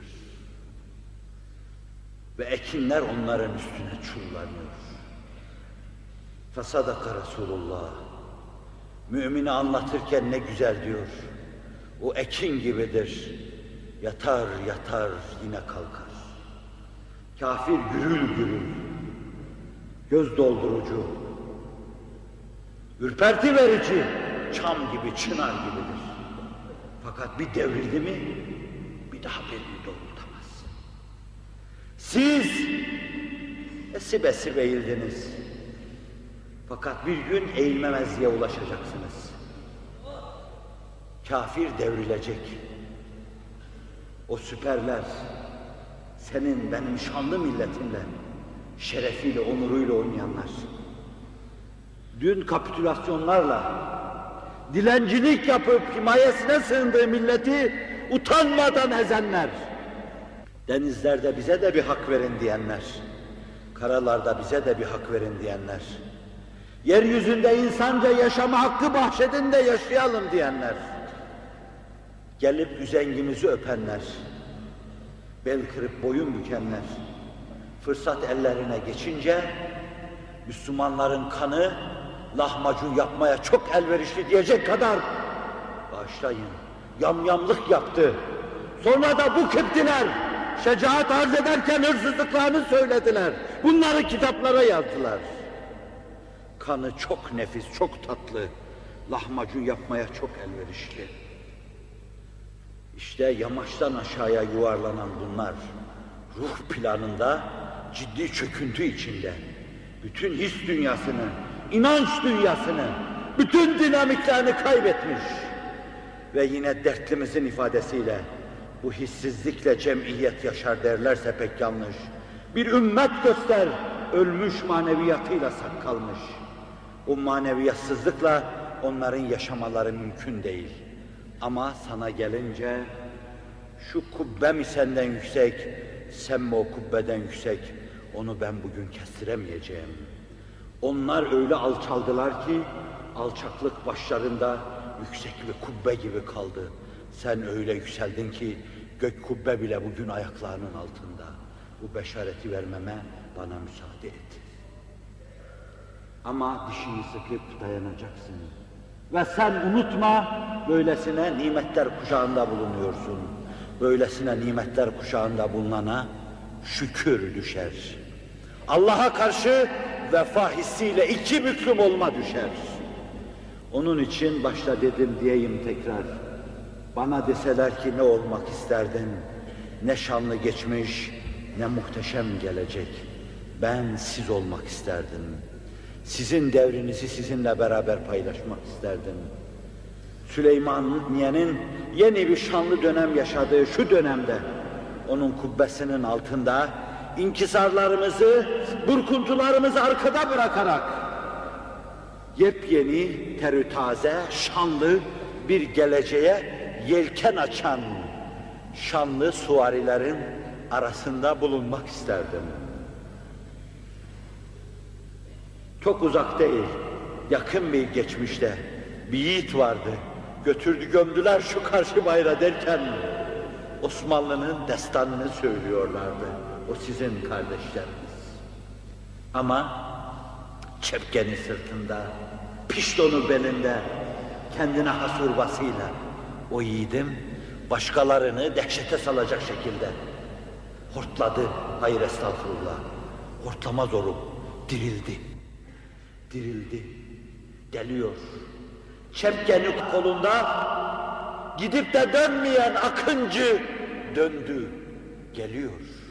Ve ekinler onların üstüne çullanıyor. Fesadaka Resulullah. Mümini anlatırken ne güzel diyor. O ekin gibidir. Yatar yatar yine kalkar. Kafir gürül gürül. Göz doldurucu. Ürperti verici. Çam gibi, çınar gibidir. Fakat bir devrildi mi bir daha belini doğrultamaz. Siz sibe eğildiniz. Fakat bir gün eğilmemezliğe ulaşacaksınız. Kafir devrilecek. O süperler senin benim şanlı milletimle, şerefiyle, onuruyla oynayanlar. Dün kapitülasyonlarla, dilencilik yapıp himayesine sığındığı milleti utanmadan ezenler. Denizlerde bize de bir hak verin diyenler. Karalarda bize de bir hak verin diyenler. Yeryüzünde insanca yaşama hakkı bahşedin de yaşayalım diyenler. Gelip üzengimizi öpenler. Bel kırıp boyun bükenler. Fırsat ellerine geçince Müslümanların kanı lahmacun yapmaya çok elverişli diyecek kadar bağışlayın, yamyamlık yaptı. Sonra da bu Kıptiler şecaat arz ederken hırsızlıklarını söylediler. Bunları kitaplara yazdılar. Kanı çok nefis, çok tatlı, lahmacun yapmaya çok elverişli. İşte yamaçtan aşağıya yuvarlanan bunlar, ruh planında ciddi çöküntü içinde, bütün his dünyasını, inanç dünyasını, bütün dinamiklerini kaybetmiş ve yine dertlimizin ifadesiyle bu hissizlikle cemiyet yaşar derlerse pek yanlış. Bir ümmet göster, ölmüş maneviyatıyla kalmış. O maneviyatsızlıkla onların yaşamaları mümkün değil. Ama sana gelince şu kubbe mi senden yüksek, sen mi o kubbeden yüksek, onu ben bugün kestiremeyeceğim. Onlar öyle alçaldılar ki alçaklık başlarında yüksek bir kubbe gibi kaldı. Sen öyle yükseldin ki gök kubbe bile bugün ayaklarının altında. Bu beşareti vermeme bana müsaade et. Ama dişini sıkıp dayanacaksın. Ve sen unutma, böylesine nimetler kuşağında bulunuyorsun. Böylesine nimetler kuşağında bulunana şükür düşer. Allah'a karşı vefa hissiyle 2 büklüm olma düşer. Onun için başta dedim diyeyim tekrar. Bana deseler ki ne olmak isterdin? Ne şanlı geçmiş, ne muhteşem gelecek. Ben siz olmak isterdim. Sizin devrinizi sizinle beraber paylaşmak isterdim. Süleymaniye'nin yeni bir şanlı dönem yaşadığı şu dönemde, onun kubbesinin altında inkisarlarımızı, burkuntularımızı arkada bırakarak yepyeni, terü taze, şanlı bir geleceğe yelken açan şanlı süvarilerin arasında bulunmak isterdim. Çok uzak değil, yakın bir geçmişte bir yiğit vardı. Götürdü gömdüler şu karşı bayrağı derken Osmanlı'nın destanını söylüyorlardı. O sizin kardeşleriniz. Ama çepkeni sırtında, piştonu belinde, kendine has urbasıyla o yiğidim başkalarını dehşete salacak şekilde hortladı. Hayır estağfurullah. Hortlamaz oğlum. Dirildi. Dirildi. Geliyor. Çepkeni kolunda gidip de dönmeyen akıncı döndü. Geliyor.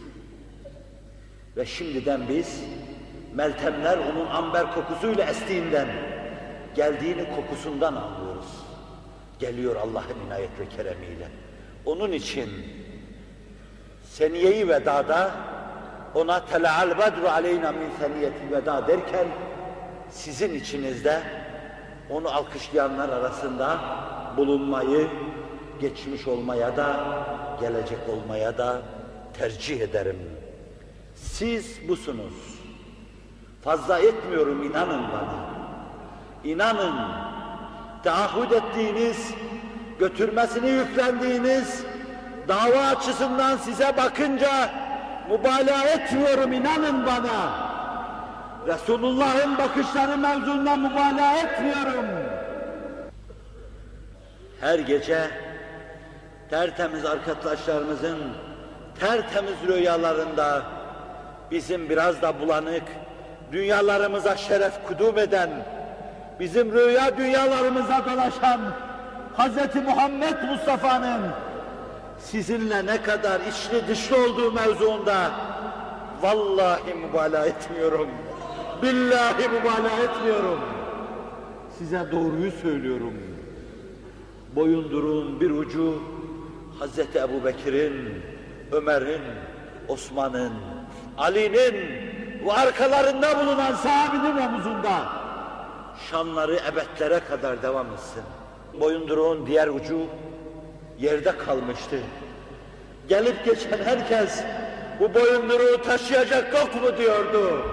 Ve şimdiden biz meltemler onun amber kokusuyla estiğinden geldiğini kokusundan anlıyoruz. Geliyor Allah'ın inayet ve keremiyle. Onun için seniye-i vedada ona tela'al bedru aleyna min seniyeti veda derken sizin içinizde onu alkışlayanlar arasında bulunmayı geçmiş olmaya da gelecek olmaya da tercih ederim. Siz busunuz. Fazla etmiyorum, inanın bana. İnanın, taahhüt ettiğiniz, götürmesini yüklendiğiniz dava açısından size bakınca mübalağa etmiyorum, inanın bana. Resulullah'ın bakışları mevzunda mübalağa etmiyorum. Her gece tertemiz arkadaşlarımızın tertemiz rüyalarında bizim biraz da bulanık, dünyalarımıza şeref kudum eden, bizim rüya dünyalarımıza dolaşan Hz. Muhammed Mustafa'nın sizinle ne kadar içli dışlı olduğu mevzuunda vallahi mübalağa etmiyorum. Billahi mübalağa etmiyorum. Size doğruyu söylüyorum. Boyundurun bir ucu Hz. Ebubekir'in, Ömer'in, Osman'ın, Ali'nin ve arkalarında bulunan sahabinin omuzunda şanları ebedlere kadar devam etsin. Boyunduruğun diğer ucu yerde kalmıştı. Gelip geçen herkes bu boyunduruğu taşıyacak yok mu diyordu.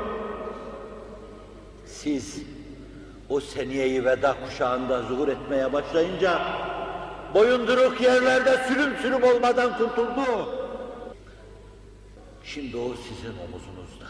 Siz o seniye-i veda kuşağında zuhur etmeye başlayınca boyunduruk yerlerde sürüm sürüm olmadan kurtuldu. Şimdi o sizin omuzunuzda.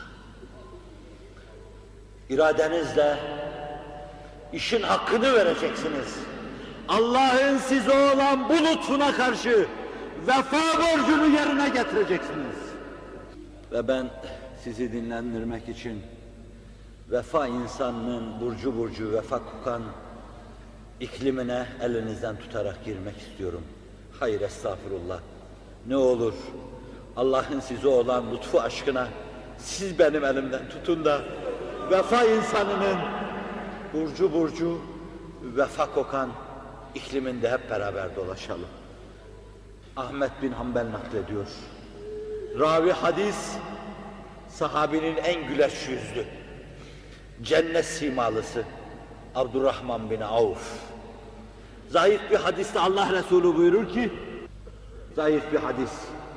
İradenizle işin hakkını vereceksiniz. Allah'ın size olan bu lütfuna karşı vefa borcunu yerine getireceksiniz. Ve ben sizi dinlendirmek için vefa insanının burcu burcu vefa kokan iklimine elinizden tutarak girmek istiyorum. Hayır estağfurullah. Ne olur Allah'ın size olan lütfu aşkına siz benim elimden tutun da vefa insanının burcu burcu vefa kokan ikliminde hep beraber dolaşalım. Ahmet bin Hanbel naklediyor. Ravi hadis, sahabinin en güleç yüzlü, cennet simalısı Abdurrahman bin Avf. Zayıf bir hadiste Allah Resulü buyurur ki, zayıf bir hadis,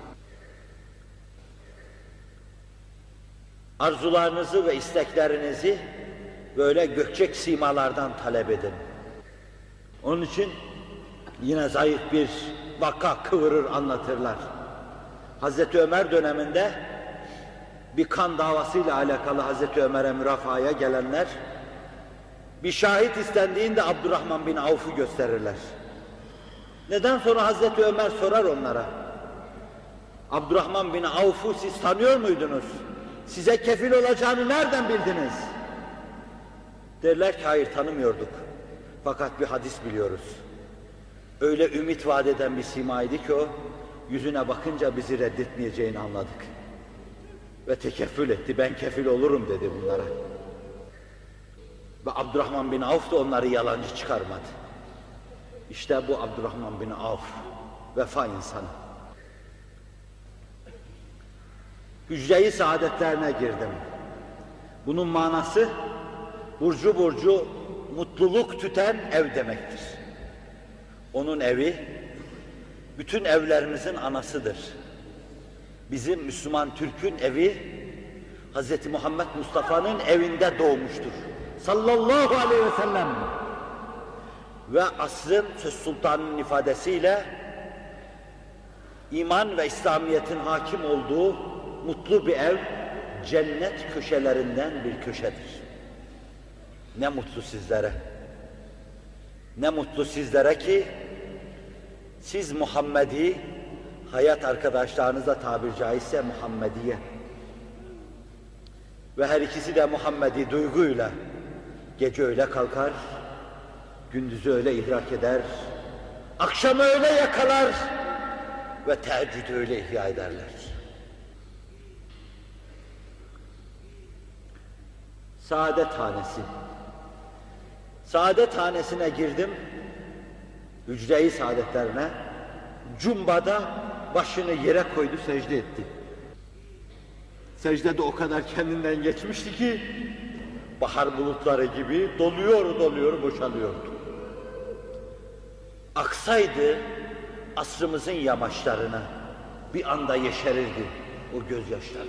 arzularınızı ve isteklerinizi böyle gökçek simalardan talep edin. Onun için yine zayıf bir vaka kıvırır anlatırlar. Hazreti Ömer döneminde bir kan davasıyla alakalı Hazreti Ömer'e mürafahaya gelenler bir şahit istendiğinde Abdurrahman bin Avf'u gösterirler. Neden sonra Hazreti Ömer sorar onlara. Abdurrahman bin Avf'u siz tanıyor muydunuz? Size kefil olacağını nereden bildiniz? Derler ki hayır tanımıyorduk. Fakat bir hadis biliyoruz. Öyle ümit vaat eden bir simaydı ki o, yüzüne bakınca bizi reddetmeyeceğini anladık. Ve tekeffül etti, ben kefil olurum dedi bunlara. Ve Abdurrahman bin Avf da onları yalancı çıkarmadı. İşte bu Abdurrahman bin Avf, vefa insanı. Hücre-i saadetlerine girdim. Bunun manası, burcu burcu mutluluk tüten ev demektir. Onun evi, bütün evlerimizin anasıdır. Bizim Müslüman Türk'ün evi, Hz. Muhammed Mustafa'nın evinde doğmuştur. Sallallahu aleyhi ve sellem. Ve asrın söz sultanının ifadesiyle, iman ve İslamiyet'in hakim olduğu mutlu bir ev, cennet köşelerinden bir köşedir. Ne mutlu sizlere. Ne mutlu sizlere ki siz Muhammed'i hayat arkadaşlarınızla tabiri caizse Muhammediye ve her ikisi de Muhammedi duyguyla gece öyle kalkar, gündüzü öyle idrak eder, akşamı öyle yakalar ve teheccüdü öyle ihya ederler. Saadet Hanesi. Saadet Hanesi'ne girdim, hücre-i saadetlerine, cumbada başını yere koydu, secde etti. Secdede o kadar kendinden geçmişti ki, bahar bulutları gibi doluyor, boşalıyordu. Aksaydı asrımızın yamaçlarına bir anda yeşerirdi o gözyaşları.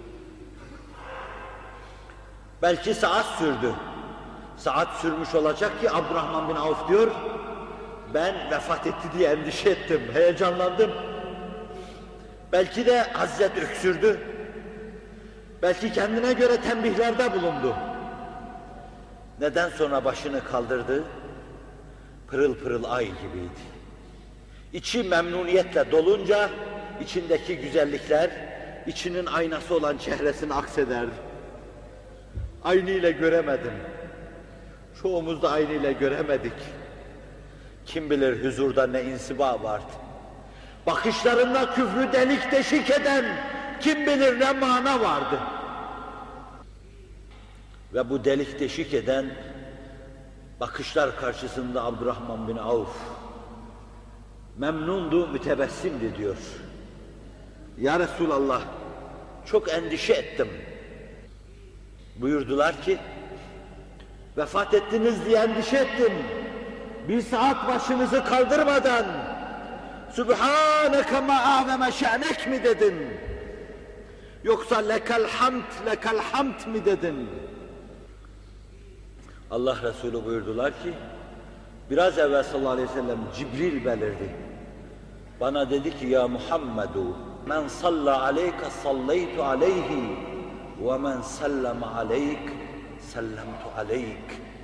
Belki saat sürdü. Saat sürmüş olacak ki Abdurrahman bin Avf diyor, ben vefat etti diye endişe ettim, heyecanlandım. Belki de Hazret öksürdü. Belki kendine göre tembihlerde bulundu. Neden sonra başını kaldırdı? Pırıl pırıl ay gibiydi. İçi memnuniyetle dolunca içindeki güzellikler içinin aynası olan çehresine aksederdi. Aynıyla göremedim. Çoğumuz da aynıyla göremedik. Kim bilir huzurda ne insiba vardı. Bakışlarında küfrü delik deşik eden kim bilir ne mana vardı. Ve bu delik deşik eden bakışlar karşısında Abdurrahman bin Avf memnundu, mütebessimdi diyor. Ya Resulallah, çok endişe ettim. Buyurdular ki, vefat ettiniz diye endişe ettim. Bir saat başınızı kaldırmadan Sübhaneke ma a'zeme şe'nek mi dedin? Yoksa lekel hamd mi dedin? Allah Resulü buyurdular ki, biraz evvel sallallahu aleyhi ve sellem Cibril belirdi. Bana dedi ki, ya Muhammedu, men salla aleyke sallaytu aleyhi ve men sallama aleyk sellemtu aleyk.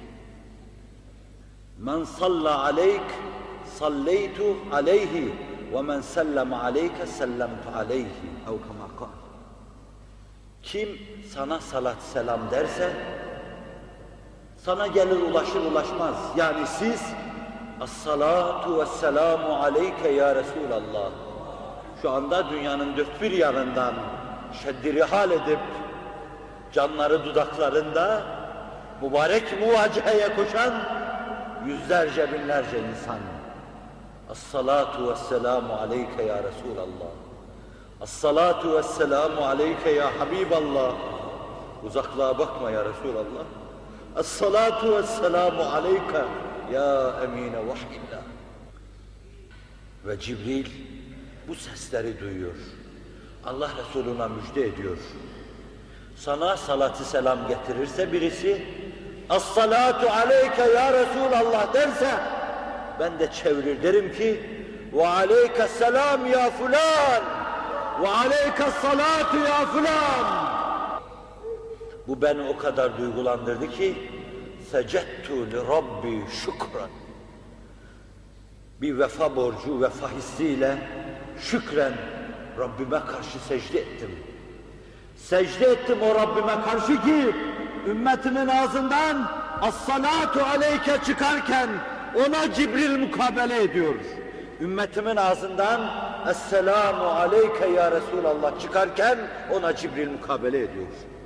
Men salla aleyk sallaytu aleyhi ve men sallama aleyke sellemtu aleyhi. Ev kema kal. Kim sana salat selam derse, sana gelir ulaşır ulaşmaz. Yani siz, as-salatu vesselamu aleyke ya Resulallah. Şu anda dünyanın dört bir yanından şeddi rihal edip, canları dudaklarında mübarek muvaciheye koşan yüzlerce binlerce insan. As-salatu vesselamu aleyke ya Resulallah. As-salatu vesselamu aleyke ya Habiballah. Uzaklığa bakma ya Resulallah. Es-salatu vesselamu aleyke ya emine vahyillah. Ve Cibril bu sesleri duyuyor. Allah Resulü'ne müjde ediyor. Sana salatı selam getirirse birisi, Es-salatu aleyke ya Resulallah derse, ben de çevirir derim ki, ve aleykesselam ya fulan, ve aleykessalatu ya fulan. Bu beni o kadar duygulandırdı ki, secettu li rabbi şükran. Bir vefa borcu, vefa hissiyle şükren Rabbime karşı secde ettim. Secde ettim o Rabbime karşı ki, ümmetimin ağzından as-salatu aleyke çıkarken ona Cibril mukabele ediyor. Ümmetimin ağzından es-selamu aleyke ya Resulallah çıkarken ona Cibril mukabele ediyor.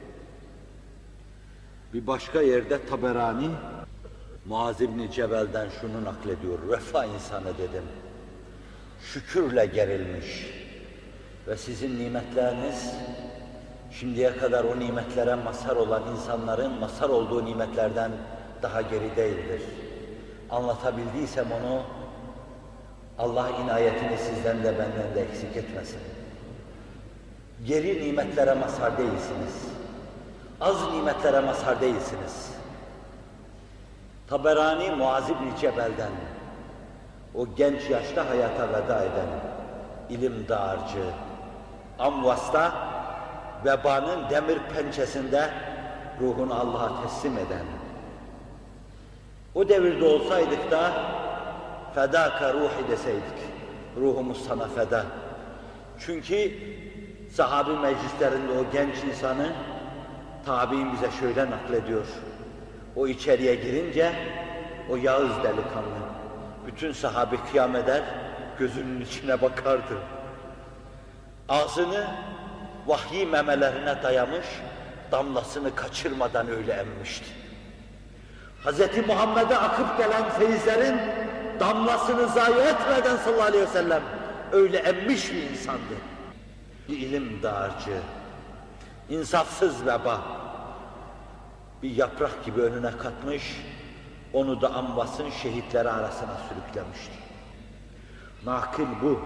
Bir başka yerde Taberani, Muaz İbni Cebel'den şunu naklediyor. Vefa insanı dedim. Şükürle gerilmiş. Ve sizin nimetleriniz, şimdiye kadar o nimetlere mazhar olan insanların mazhar olduğu nimetlerden daha geri değildir. Anlatabildiysem onu, Allah inayetini sizden de benden de eksik etmesin. Geri nimetlere mazhar değilsiniz. Az nimetlere mazhar değilsiniz. Taberani Muaz İbni Cebel'den, o genç yaşta hayata veda eden, ilim dağarcı, Amvas'ta vebanın demir pençesinde ruhunu Allah'a teslim eden, O devirde olsaydık da fedâke ruhi deseydik. Ruhumuz sana feda. Çünkü sahabi meclislerinde o genç insanı tabi'in bize şöyle naklediyor. O içeriye girince o Yağız delikanlı, bütün sahabe kıyam eder, gözünün içine bakardı. Ağzını vahyi memelerine dayamış, damlasını kaçırmadan öyle emmişti. Hz. Muhammed'e akıp gelen feyizlerin damlasını zayi etmeden sallallahu aleyhi ve sellem öyle emmiş bir insandı. Bir ilim dağarcığı, insafsız veba, bir yaprak gibi önüne katmış, onu da ambasın şehitleri arasına sürüklemişti. Nakil bu.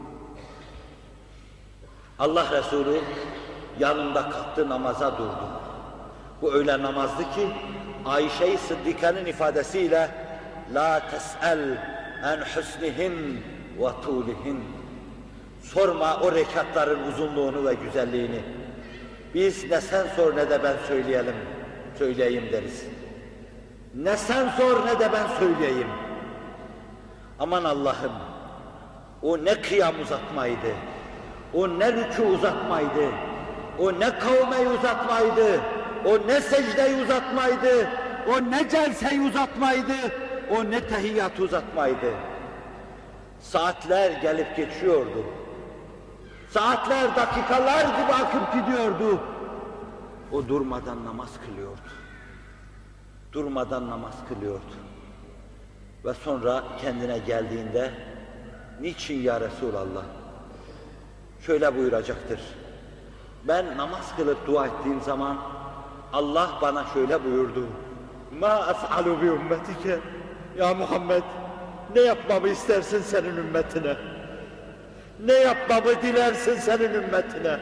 Allah Resulü yanında kalktı, namaza durdu. Bu öyle namazdı ki Ayşe-i Sıddika'nın ifadesiyle "La tes'el en husnihin ve tulihin." Sorma o rekatların uzunluğunu ve güzelliğini. Biz ne sen sor ne de ben söyleyeyim deriz. Ne sen sor ne de ben söyleyeyim. Aman Allah'ım, o ne kıyam uzatmaydı, o ne rükû uzatmaydı, o ne kavmeyi uzatmaydı, o ne secdeyi uzatmaydı, o ne celseyi uzatmaydı, o ne tehiyyatı uzatmaydı. Saatler gelip geçiyordu. Saatler dakikalar gibi akıp gidiyordu. O durmadan namaz kılıyordu. Durmadan namaz kılıyordu. Ve sonra kendine geldiğinde, niçin ya Resulallah? Şöyle buyuracaktır. Ben namaz kılıp dua ettiğim zaman Allah bana şöyle buyurdu. Ma ef'alu bi ümmetike. Ya Muhammed, ne yapmamı istersin senin ümmetine? Ne yapmamı dilersin senin ümmetine?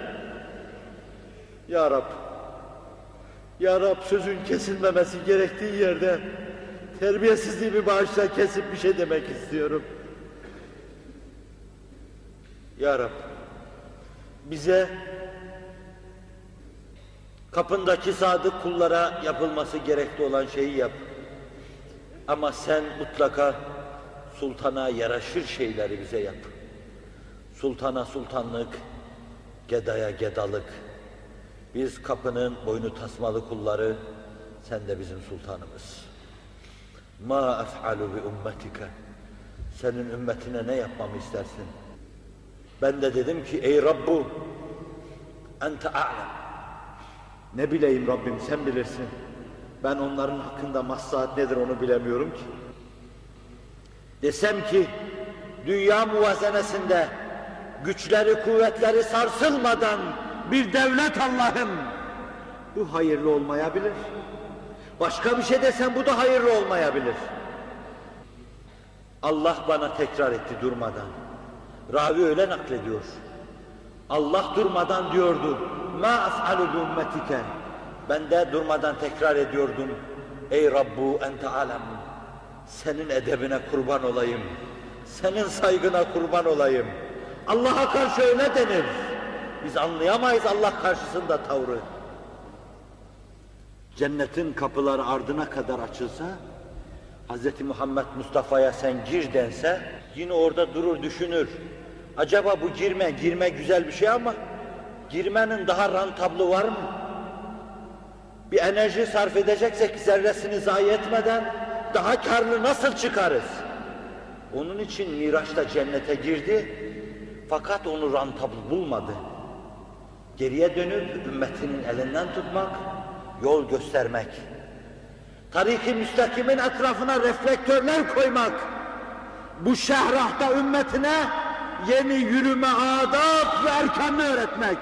Ya Rab, Ya Rab, sözün kesilmemesi gerektiği yerde terbiyesizliğimi bağışla, kesip bir şey demek istiyorum. Ya Rab, bize kapındaki sadık kullara yapılması gerekli olan şeyi yap. Ama sen mutlaka sultana yaraşır şeyleri bize yap. Sultana sultanlık, gedaya gedalık. Biz kapının boynu tasmalı kulları, sen de bizim sultanımız. Ma ef'alu bi ümmetike. Senin ümmetine ne yapmamı istersin? Ben de dedim ki ey Rabbu, ente a'lem. Ne bileyim Rabbim, sen bilirsin. Ben onların hakkında maslahat nedir onu bilemiyorum ki. Desem ki dünya muvazenesinde güçleri kuvvetleri sarsılmadan bir devlet Allah'ım, bu hayırlı olmayabilir. Başka bir şey desem bu da hayırlı olmayabilir. Allah bana tekrar etti durmadan. Ravi öyle naklediyor. Allah durmadan diyordu. Ma ef'alu bi ümmetike. Ben de durmadan tekrar ediyordum. Ey Rabbu ente alem. Senin edebine kurban olayım. Senin saygına kurban olayım. Allah'a karşı öyle denir. Biz anlayamayız Allah karşısında tavrı. Cennetin kapıları ardına kadar açılsa, Hz. Muhammed Mustafa'ya sen gir dense, yine orada durur düşünür. Acaba bu girme güzel bir şey ama girmenin daha rantablı var mı? Bir enerji sarf edeceksek zerresini zayi etmeden daha karlı nasıl çıkarız? Onun için Miraç'ta cennete girdi fakat onu rantablı bulmadı. Geriye dönüp ümmetinin elinden tutmak, yol göstermek, tarik-i müstakimin etrafına reflektörler koymak, bu şehrahta ümmetine yeni yürüme adab ve erkanını öğretmek.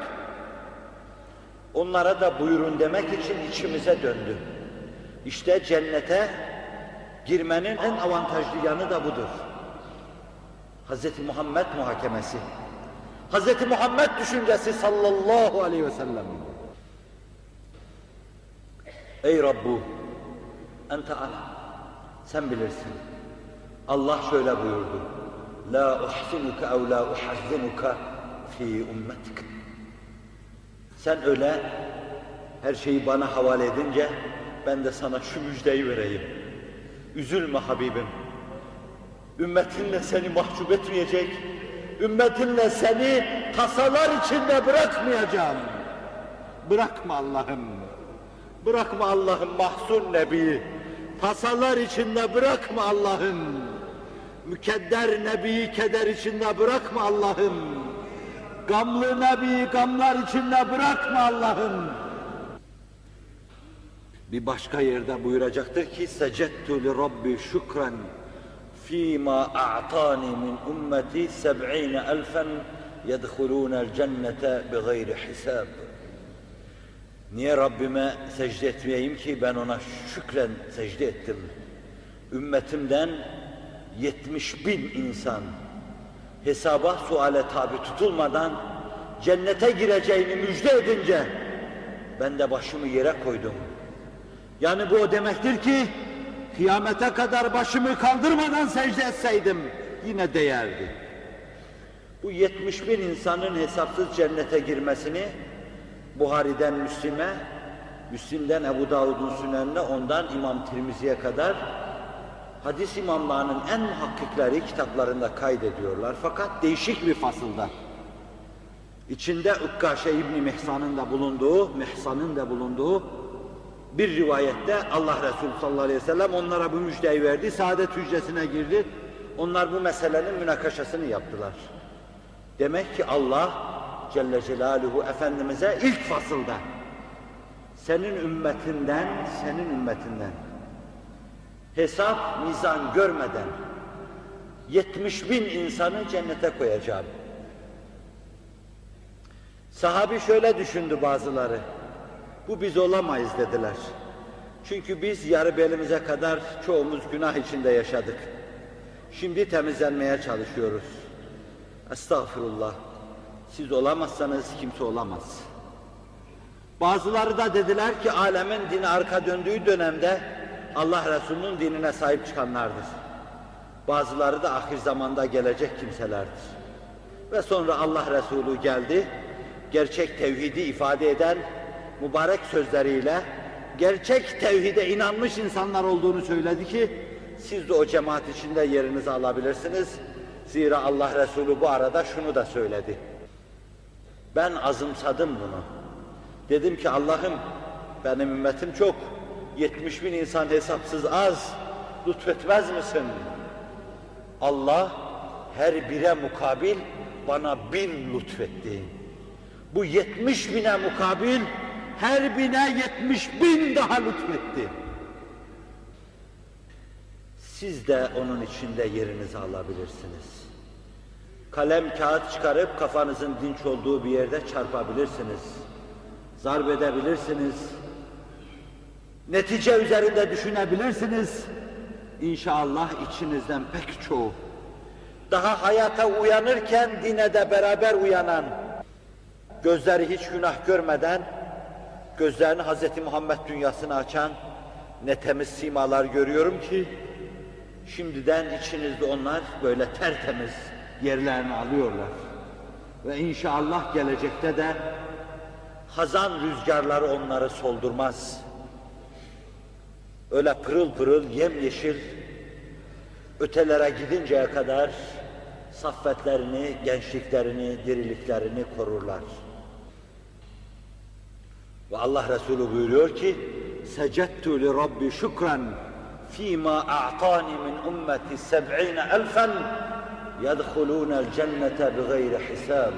Onlara da buyurun demek için içimize döndü. İşte cennete girmenin en avantajlı yanı da budur. Hz. Muhammed muhakemesi, Hz. Muhammed düşüncesi sallallahu aleyhi ve sellem. Ey Rabbu, ente alem, sen bilirsin. Allah şöyle buyurdu. La uhsinuke ev la uhazzinuke fi ümmetik. Sen öyle her şeyi bana havale edince ben de sana şu müjdeyi vereyim. Üzülme Habibim. Ümmetinle seni mahcup etmeyecek, ümmetinle seni tasalar içinde bırakmayacağım. Bırakma Allah'ım. Bırakma Allah'ım mahzun Nebi'yi. Tasalar içinde bırakma Allah'ım. Mükedder Nebi'yi keder içinde bırakma Allah'ım. Gamlı Nebi'yi gamlar içinde bırakma Allah'ım. Bir başka yerde buyuracaktır ki secettu li Rabbi şükran fîmâ a'tâni min ümmeti 70.000 yedhulûnel cennete bighayri hisâb. Niye Rabbime secde etmeyeyim ki ben ona şükren secde ettim. Ümmetimden 70.000 insan hesaba suale tabi tutulmadan cennete gireceğini müjde edince ben de başımı yere koydum. Yani bu o demektir ki kıyamete kadar başımı kaldırmadan secde etseydim yine değerdi. Bu 70.000 insanın hesapsız cennete girmesini Buhari'den Müslim'e, Müslim'den Ebu Davud'un Sünen'ine, ondan İmam Tirmizi'ye kadar hadis imamlarının en muhakkikleri kitaplarında kaydediyorlar. Fakat değişik bir fasılda. İçinde Ukkaşe İbni Mihsan'ın da bulunduğu bir rivayette Allah Resulü sallallahu aleyhi ve sellem onlara bu müjdeyi verdi, saadet hücresine girdi. Onlar bu meselenin münakaşasını yaptılar. Demek ki Allah Celle Celaluhu Efendimiz'e ilk fasılda senin ümmetinden hesap, mizan görmeden 70.000 insanı cennete koyacağım. Sahabi şöyle düşündü bazıları. Bu biz olamayız dediler. Çünkü biz yarı belimize kadar çoğumuz günah içinde yaşadık. Şimdi temizlenmeye çalışıyoruz. Estağfurullah. Siz olamazsanız kimse olamaz. Bazıları da dediler ki alemin dini arka döndüğü dönemde Allah Resulü'nün dinine sahip çıkanlardır. Bazıları da ahir zamanda gelecek kimselerdir. Ve sonra Allah Resulü geldi, gerçek tevhidi ifade eden mübarek sözleriyle gerçek tevhide inanmış insanlar olduğunu söyledi ki siz de o cemaat içinde yerinizi alabilirsiniz. Zira Allah Resulü bu arada şunu da söyledi. Ben azımsadım bunu. Dedim ki Allah'ım benim ümmetim çok. 70.000 insan hesapsız az. Lütfetmez misin? Allah her bire mukabil bana 1000 lütfetti. Bu 70.000'e mukabil her bine 70.000 daha lütfetti. Siz de onun içinde yerinizi alabilirsiniz. Kalem, kağıt çıkarıp kafanızın dinç olduğu bir yerde çarpabilirsiniz. Zarp edebilirsiniz. Netice üzerinde düşünebilirsiniz. İnşallah içinizden pek çoğu daha hayata uyanırken dine de beraber uyanan, gözleri hiç günah görmeden, gözlerini Hz. Muhammed dünyasına açan ne temiz simalar görüyorum ki, şimdiden içinizde onlar böyle tertemiz yerlerini alıyorlar. Ve inşallah gelecekte de hazan rüzgarları onları soldurmaz. Öyle pırıl pırıl, yemyeşil, ötelere gidinceye kadar saffetlerini, gençliklerini, diriliklerini korurlar. Ve Allah Resulü buyuruyor ki secettu li Rabbi şükran fîmâ a'tâni min ümmeti 70.000 yedhulûnel cennete bighayri hisâb.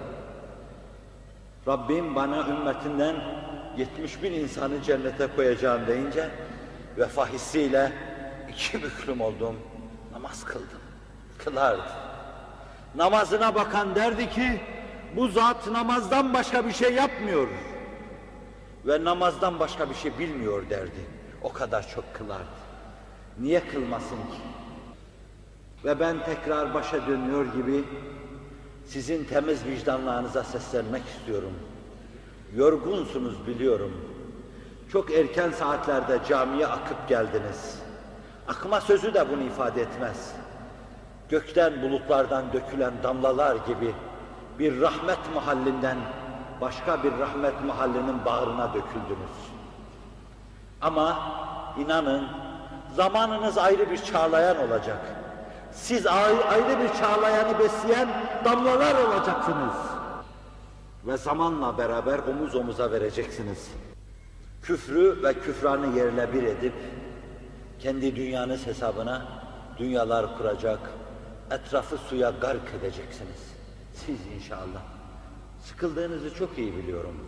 Rabbim bana ümmetinden 70.000 insanı cennete koyacağım deyince vefa hissiyle iki büklüm oldum, namaz kıldım, kılardı. Namazına bakan derdi ki bu zat namazdan başka bir şey yapmıyor ve namazdan başka bir şey bilmiyor derdi. O kadar çok kılardı. Niye kılmasın ki? Ve ben tekrar başa dönüyor gibi sizin temiz vicdanlarınıza seslenmek istiyorum. Yorgunsunuz biliyorum. Çok erken saatlerde camiye akıp geldiniz. Akma sözü de bunu ifade etmez. Gökten, bulutlardan dökülen damlalar gibi bir rahmet mahallinden başka bir rahmet mahallinin bağrına döküldünüz. Ama inanın Zamanınız ayrı bir çağlayan olacak. Siz ayrı bir çağlayanı besleyen damlalar olacaksınız. Ve zamanla beraber omuz omuza vereceksiniz. Küfrü ve küfranı yerle bir edip, kendi dünyanız hesabına dünyalar kuracak, etrafı suya gark edeceksiniz. Siz inşallah. Sıkıldığınızı çok iyi biliyorum.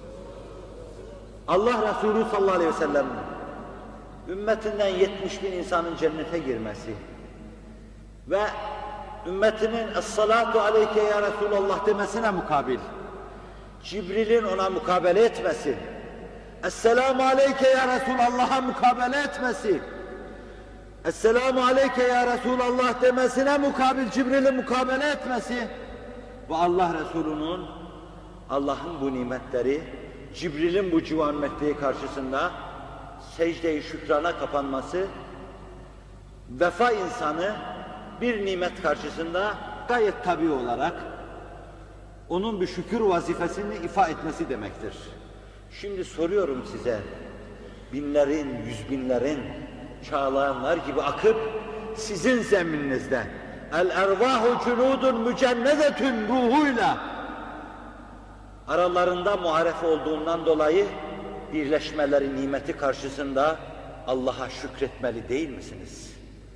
Allah Resulü sallallahu aleyhi ve sellem, ümmetinden 70 bin insanın cennete girmesi ve ümmetinin "Es-salatu aleyke ya Resulallah" demesine mukabil, Cibril'in ona mukabele etmesi, "Esselamu aleyke ya Resulallah'a" mukabele etmesi, "Esselamu aleyke ya Resulallah" demesine mukabil Cibril'in mukabele etmesi ve Allah Resulü'nün Allah'ın bu nimetleri, Cibril'in bu civanmetliği karşısında secde-i şükrana kapanması, vefa insanı bir nimet karşısında gayet tabii olarak onun bir şükür vazifesini ifa etmesi demektir. Şimdi soruyorum size, binlerin, yüz binlerin, çağlayanlar gibi akıp sizin zemininizde el-ervahu cunudun mücennedetün ruhuyla aralarında muharefe olduğundan dolayı birleşmeleri nimeti karşısında Allah'a şükretmeli değil misiniz?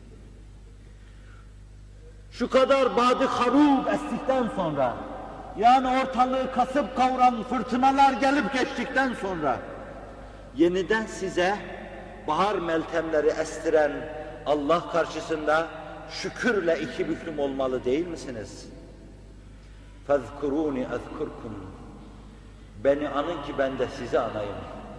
Şu kadar bad-ı harub estikten sonra, yani ortalığı kasıp kavuran fırtınalar gelip geçtikten sonra, yeniden size bahar meltemleri estiren Allah karşısında şükürle iki büklüm olmalı değil misiniz? فَذْكُرُونِ اَذْكُرْكُمْ Beni anın ki ben de sizi anayım.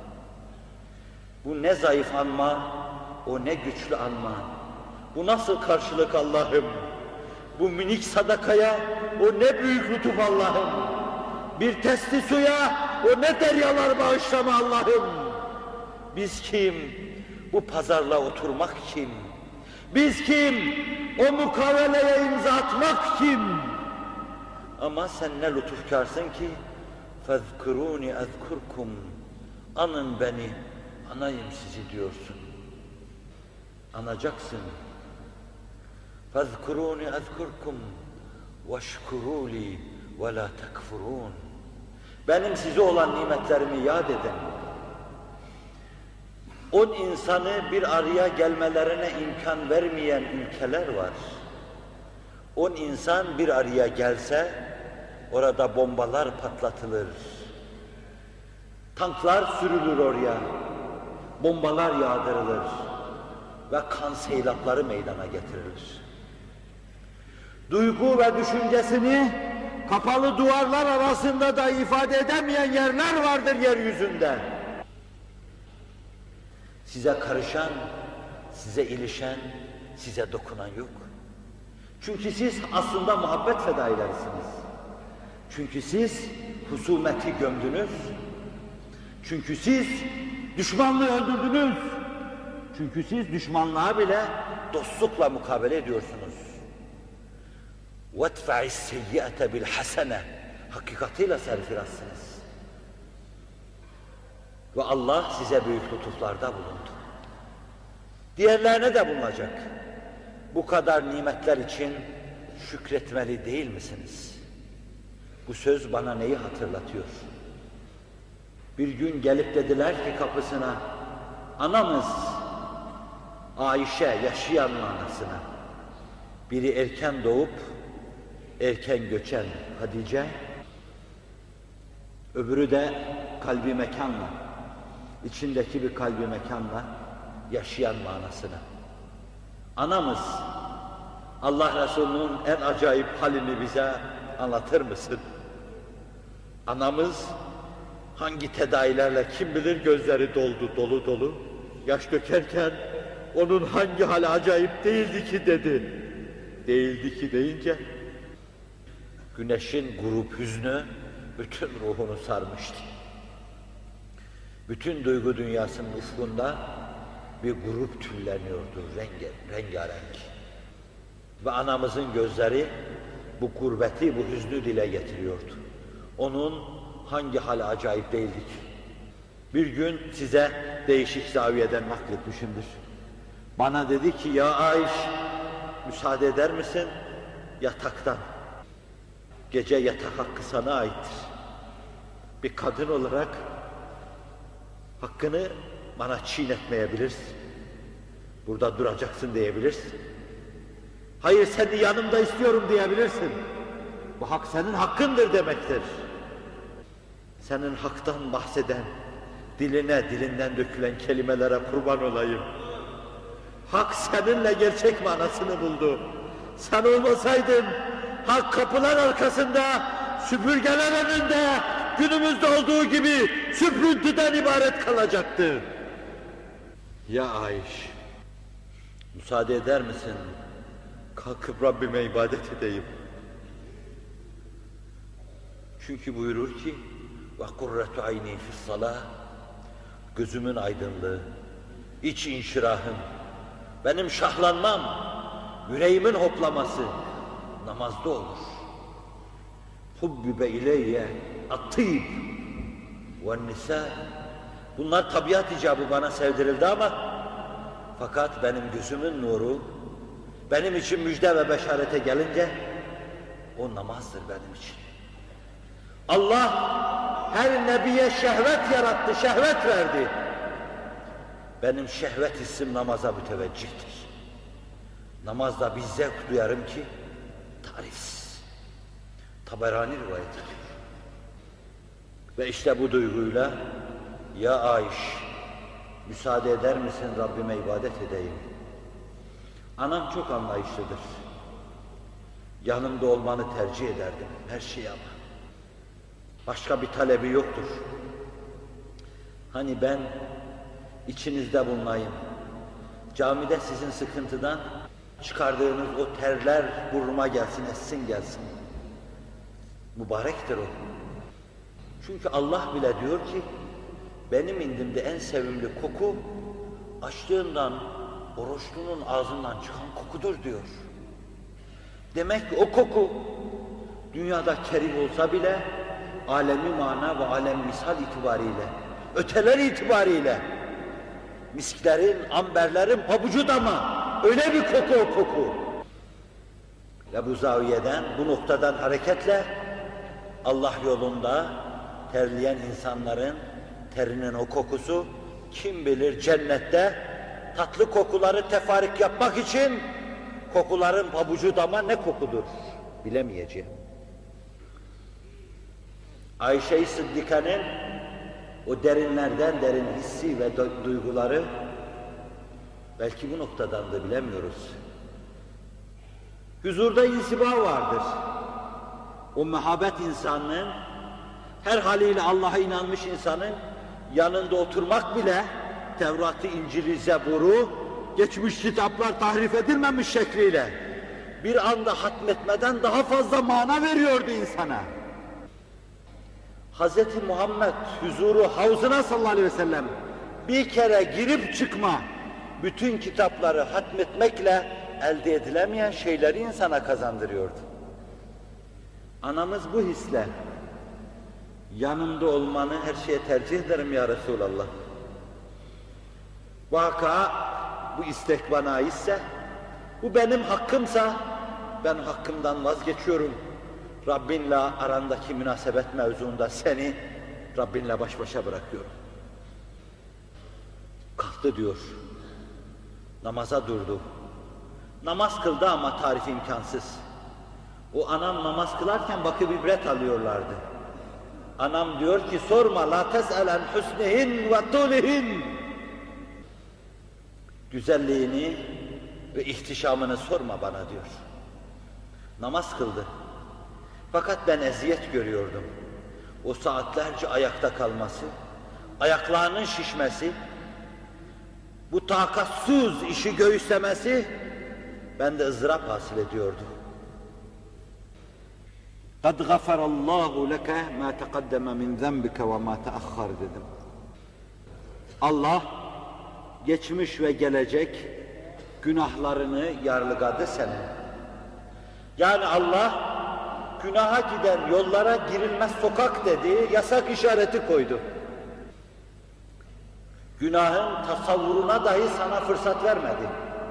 Bu ne zayıf anma, o ne güçlü anma. Bu nasıl karşılık Allah'ım? Bu minik sadakaya o ne büyük lütuf Allah'ım. Bir testi suya o ne deryalar bağışlama Allah'ım. Biz kim? Bu pazarla oturmak kim? Biz kim? O mukaveleye imza atmak kim? Ama sen ne lütufkarsın ki فَذْكُرُونِ اَذْكُرْكُمْ Anın beni, anayım sizi diyorsun. Anacaksın. فَذْكُرُونِ اَذْكُرْكُمْ وَاشْكُرُوا لِي وَلَا تَكْفُرُونَ Benim size olan nimetlerimi yad edin. 10 insanı bir araya gelmelerine imkan vermeyen ülkeler var. 10 insan bir araya gelse, orada bombalar patlatılır. Tanklar sürülür oraya. Bombalar yağdırılır. Ve kan seylapları meydana getirilir. Duygu ve düşüncesini kapalı duvarlar arasında da ifade edemeyen yerler vardır yeryüzünde. Size karışan, size ilişen, size dokunan yok. Çünkü siz aslında muhabbet fedailerisiniz. Çünkü siz husumeti gömdünüz. Çünkü siz düşmanlığı öldürdünüz. Çünkü siz düşmanlığa bile dostlukla mukabele ediyorsunuz. وَادْفَعِ السَّيِّئَةَ بِالْحَسَنَةِ Hakikatiyle serfiratsınız. Ve Allah size büyük lütuflarda bulundu. Diğerlerine de bulunacak. Bu kadar nimetler için şükretmeli değil misiniz? Bu söz bana neyi hatırlatıyor? Bir gün gelip dediler ki kapısına, anamız Ayşe, yaşayan manasına, biri erken doğup erken göçen Hatice, öbürü de kalbi mekanla, içindeki bir kalbi mekanla yaşayan manasına. Anamız, Allah Resulü'nün en acayip halini bize anlatır mısın? Anamız hangi tedavilerle kim bilir gözleri doldu, dolu dolu, yaş dökerken onun hangi hali acayip değildi ki dedi. Değildi ki deyince güneşin grup hüznü bütün ruhunu sarmıştı. Bütün duygu dünyasının ufkunda bir grup tülleniyordu rengarenk. Ve anamızın gözleri bu gurbeti, bu hüznü dile getiriyordu. Onun hangi hali acayip değildi ki? Bir gün size değişik zaviyeden nakletmişimdir. Bana dedi ki ya Ayş, müsaade eder misin yataktan? Gece yatak hakkı sana aittir. Bir kadın olarak hakkını bana çiğnetmeyebilirsin. Burada duracaksın diyebilirsin. Hayır, seni yanımda istiyorum diyebilirsin. Bu hak senin hakkındır demektir. Senin haktan bahseden, dilinden dökülen kelimelere kurban olayım. Hak seninle gerçek manasını buldu. Sen olmasaydın, hak kapılar arkasında, süpürgeler önünde, günümüzde olduğu gibi süprüntüden ibaret kalacaktı. Ya Ayş, müsaade eder misin? Kalkıp Rabbime ibadet edeyim. Çünkü buyurur ki وَقُرَّةُ عَيْنِي فِي الصَّلَاةِ Gözümün aydınlığı, iç inşirahım, benim şahlanmam, yüreğimin hoplaması namazda olur. حُبِّبَ اِلَيَّ الطِّيبُ وَالنِّسَاءِ Bunlar tabiat icabı bana sevdirildi ama fakat benim gözümün nuru, benim için müjde ve beşarete gelince o namazdır benim için. Allah her nebiye şehvet yarattı, şehvet verdi. Benim şehvet hissim namaza müteveccihtir. Namazda bir zevk duyarım ki tarifsiz. Taberani rivayet ediyor. Ve işte bu duyguyla ya Ayş, müsaade eder misin Rabbime ibadet edeyim? Anam çok anlayışlıdır. Yanımda olmanı tercih ederdim her şeye ama. Başka bir talebi yoktur. Hani ben içinizde bulunayım. Camide sizin sıkıntıdan çıkardığınız o terler burnuma gelsin, essin gelsin. Mübarektir o. Çünkü Allah bile diyor ki benim indimde en sevimli koku açlığından, oruçlunun ağzından çıkan kokudur diyor. Demek ki o koku dünyada kerim olsa bile alemi mana ve alem misal itibariyle, öteler itibariyle misklerin, amberlerin pabucu dama öyle bir koku o koku. Ve bu zaviyeden, bu noktadan hareketle Allah yolunda terleyen insanların terinin o kokusu kim bilir cennette tatlı kokuları tefarik yapmak için kokuların pabucu dama ne kokudur bilemeyeceğim. Ayşe-i Sıddika'nın o derinlerden derin hissi ve duyguları belki bu noktadan da bilemiyoruz. Huzurda insiba vardır. O mehabet insanının, her haliyle Allah'a inanmış insanın yanında oturmak bile Tevrat'ı, İncil'i, Zebur'u, geçmiş kitaplar tahrif edilmemiş şekliyle bir anda hatmetmeden daha fazla mana veriyordu insana. Hz. Muhammed huzuru havzına sallallahu aleyhi ve sellem bir kere girip çıkma, bütün kitapları hatmetmekle elde edilemeyen şeyleri insana kazandırıyordu. Anamız bu hisle, yanımda olmanı her şeye tercih ederim ya Resulallah. Vaka bu istek bana aitse, bu benim hakkımsa ben hakkımdan vazgeçiyorum. Rabbinle arandaki münasebet mevzuunda seni Rabbinle baş başa bırakıyorum. Kalktı diyor, namaza durdu. Namaz kıldı ama tarifi imkansız. O anam namaz kılarken bakıp ibret alıyorlardı. Anam diyor ki sorma la tes'elen husnihin ve tulihin. Güzelliğini ve ihtişamını sorma bana diyor. Namaz kıldı. Fakat ben eziyet görüyordum. O saatlerce ayakta kalması, ayaklarının şişmesi, bu takatsız işi göğüslemesi bende ızdırap hasıl ediyordu. قَدْ غَفَرَ اللّٰهُ لَكَ مَا تَقَدَّمَ مِنْ ذَنْبِكَ وَمَا تَأَخَّرْ dedim. Allah geçmiş ve gelecek günahlarını yarlıgadı senin. Yani Allah günaha giden yollara girilmez sokak dedi, yasak işareti koydu. Günahın tasavvuruna dahi sana fırsat vermedi.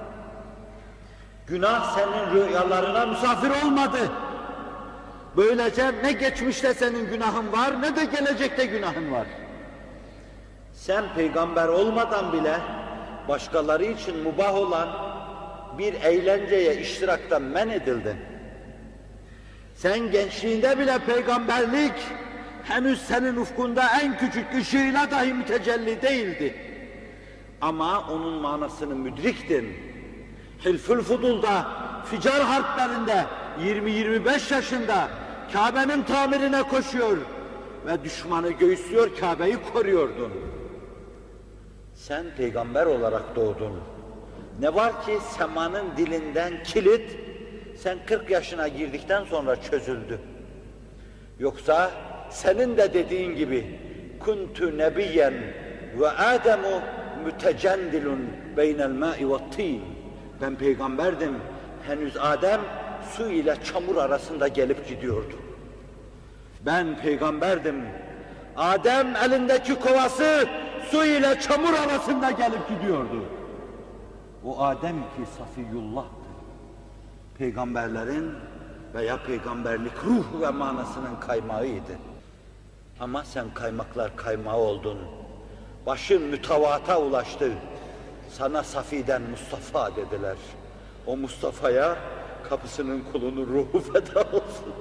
Günah senin rüyalarına misafir olmadı. Böylece ne geçmişte senin günahın var, ne de gelecekte günahın var. Sen peygamber olmadan bile başkaları için mübah olan bir eğlenceye iştiraktan men edildin. Sen gençliğinde bile peygamberlik henüz senin ufkunda en küçük ışığıyla dahi mütecelli değildi. Ama onun manasını müdriktin. Hilful Fudul'da, Ficar harplerinde 20-25 yaşında Kabe'nin tamirine koşuyor ve düşmanı göğüslüyor, Kabe'yi koruyordun. Sen peygamber olarak doğdun. Ne var ki semanın dilinden kilit, sen 40 yaşına girdikten sonra çözüldü. Yoksa senin de dediğin gibi kuntu nebiyyen ve Ademu mütecendilun beynel ma'i ve tin. Ben peygamberdim. Henüz Adem su ile çamur arasında gelip gidiyordu. Ben peygamberdim. Adem elindeki kovası su ile çamur arasında gelip gidiyordu. O Adem ki Safiyullah'tı. Peygamberlerin veya peygamberlik ruh ve manasının kaymağıydı. Ama sen kaymaklar kaymağı oldun. Başın mütevata ulaştı. Sana Safi'den Mustafa dediler. O Mustafa'ya kapısının kulunun ruhu feda olsun.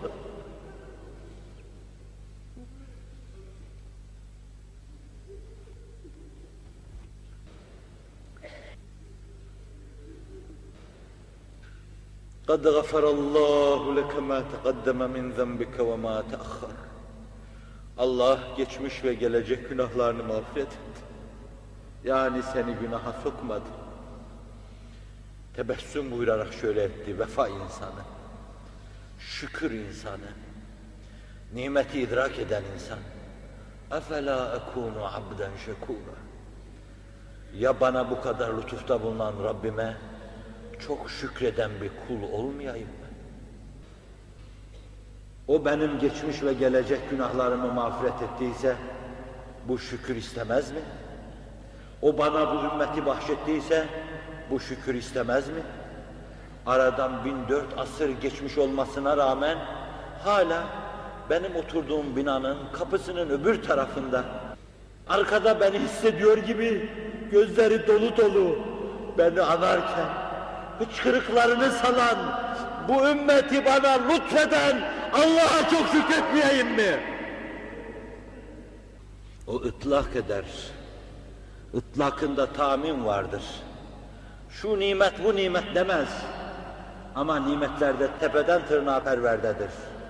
قَدْ غَفَرَ اللّٰهُ لَكَ مَا تَقَدَّمَ مِنْ ذَنْبِكَ وَمَا تَأَخَّرَ. Allah geçmiş ve gelecek günahlarını mağfiret etti. Yani seni günaha sokmadı. Tebessüm buyurarak şöyle etti: vefa insanı, şükür insanı, nimeti idrak eden insan. اَفَلَا اَكُونُ عَبْدًا شَكُورًا. Ya bana bu kadar lütufta bulunan Rabbime çok şükreden bir kul olmayayım mı? O benim geçmiş ve gelecek günahlarımı mağfiret ettiyse bu şükür istemez mi? O bana bu ümmeti bahşettiyse bu şükür istemez mi? Aradan 1004 asır geçmiş olmasına rağmen hala benim oturduğum binanın kapısının öbür tarafında arkada beni hissediyor gibi gözleri dolu dolu beni anarken hıçkırıklarını salan bu ümmeti bana lütfeden Allah'a çok şükretmeyeyim mi? O ıtlak eder. İtlakında tamin vardır. Şu nimet bu nimet demez. Ama nimetlerde tepeden tırnağa perverdedir.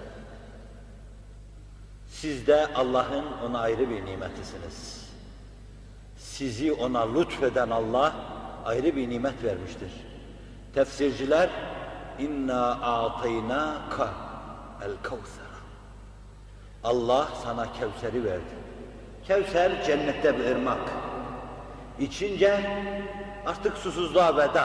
Siz de Allah'ın ona ayrı bir nimetisiniz. Sizi ona lütfeden Allah ayrı bir nimet vermiştir. Tefsirciler inna a'taynaka el kevser. Allah sana Kevser'i verdi. Kevser cennette bir ırmak. İçince artık susuzluğa veda.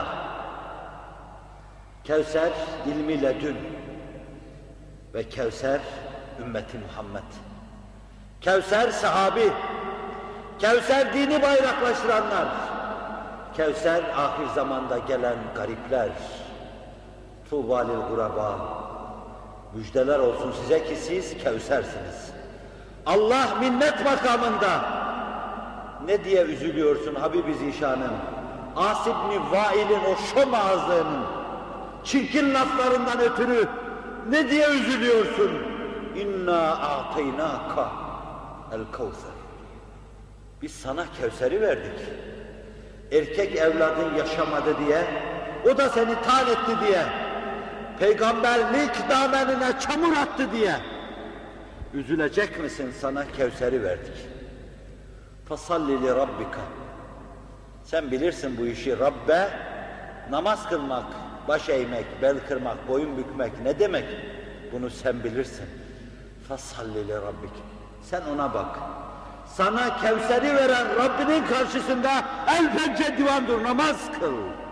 Kevser ilmi ledün ve Kevser ümmeti Muhammed. Kevser sahabi. Kevser dini bayraklaştıranlar. Kevser ahir zamanda gelen garipler. Tuğba lil guraba. Müjdeler olsun size ki siz Kevsersiniz. Allah minnet makamında. Ne diye üzülüyorsun Habibi Zişan'ın? As ibn Vail'in o şom ağızlığının çirkin laflarından ötürü ne diye üzülüyorsun? İnna a'teynâka el kevser. Biz sana Kevser'i verdik. Erkek evladın yaşamadı diye, o da seni taan etti diye, peygamberlik damenine çamur attı diye üzülecek misin? Sana Kevser'i verdik. Fasalli li rabbika. Sen bilirsin bu işi. Rabbe namaz kılmak, baş eğmek, bel kırmak, boyun bükmek ne demek? Bunu sen bilirsin. Fasalli li rabbika. Sen ona bak. Sana Kevser'i veren Rabbinin karşısında el pençe divan dur, namaz kıl.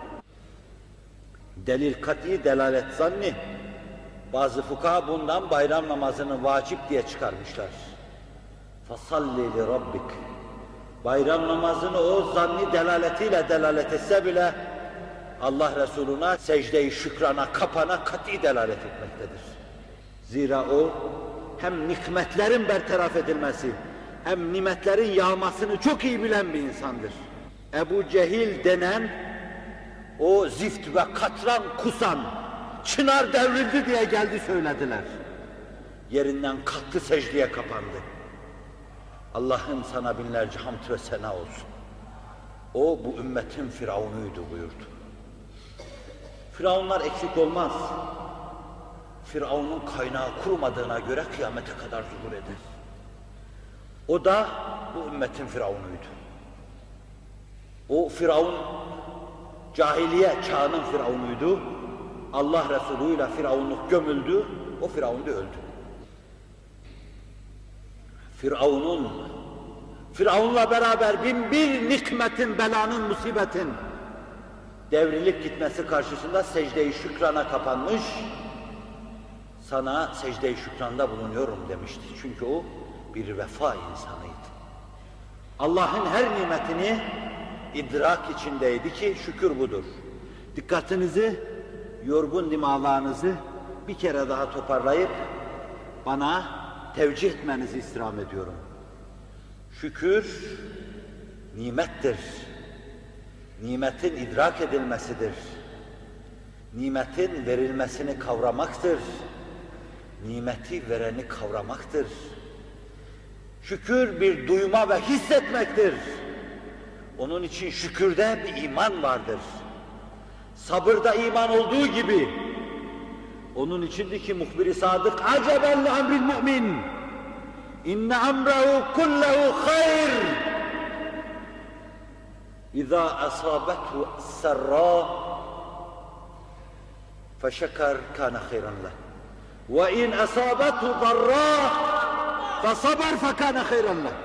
Delil kat'i, delalet zanni. Bazı fukaha bundan bayram namazını vacip diye çıkarmışlar. Fasalli li rabbik. Bayram namazını o zanni delaletiyle delalet etse bile Allah Resulü'ne secde-i şükrana, kapana kat'i delalet etmektedir. Zira o hem nikmetlerin bertaraf edilmesi, hem nimetlerin yağmasını çok iyi bilen bir insandır. Ebu Cehil denen o zift ve katran kusan, çınar devrildi diye geldi söylediler. Yerinden kalktı, secdeye kapandı. Allah'ım sana binlerce hamd ve sena olsun. O bu ümmetin firavunuydu buyurdu. Firavunlar eksik olmaz. Firavunun kaynağı kurumadığına göre kıyamete kadar zuhur eder. O da bu ümmetin firavunuydu. O firavun cahiliye çağının firavunuydu. Allah Resulü'yle firavunluk gömüldü, o firavun da öldü. Firavunla beraber bin bir nikmetin, belanın, musibetin devrilip gitmesi karşısında secde-i şükrana kapanmış, sana secde-i şükranda bulunuyorum demişti. Çünkü o bir vefa insanıydı. Allah'ın her nimetini idrak içindeydi ki şükür budur. Dikkatinizi, yorgun dimağlarınızı bir kere daha toparlayıp bana tevcih etmenizi istirham ediyorum. Şükür nimettir. Nimetin idrak edilmesidir. Nimetin verilmesini kavramaktır. Nimeti vereni kavramaktır. Şükür bir duyma ve hissetmektir. Onun için şükürde bir iman vardır. Sabırda iman olduğu gibi, onun içindir ki muhbir-i sadık aceben li emril mu'min inne emrehu kullehu hayr iza asabethu serra feşeker kana hayran leh ve in asabethu darra fesaber fekana hayran leh.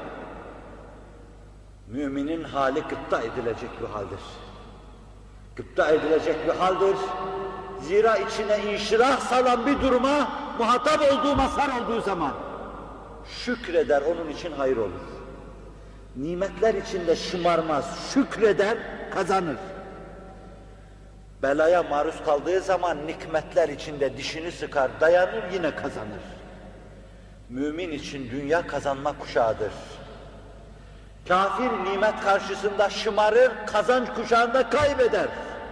Müminin hali gıpta edilecek bir haldir. Gıpta edilecek bir haldir. Zira içine inşirah salan bir duruma muhatap olduğu, mazhar olduğu zaman şükreder, onun için hayır olur. Nimetler içinde şımarmaz, şükreder, kazanır. Belaya maruz kaldığı zaman nikmetler içinde dişini sıkar, dayanır, yine kazanır. Mümin için dünya kazanma kuşağıdır. Kafir nimet karşısında şımarır, kazanç kuşağında kaybeder.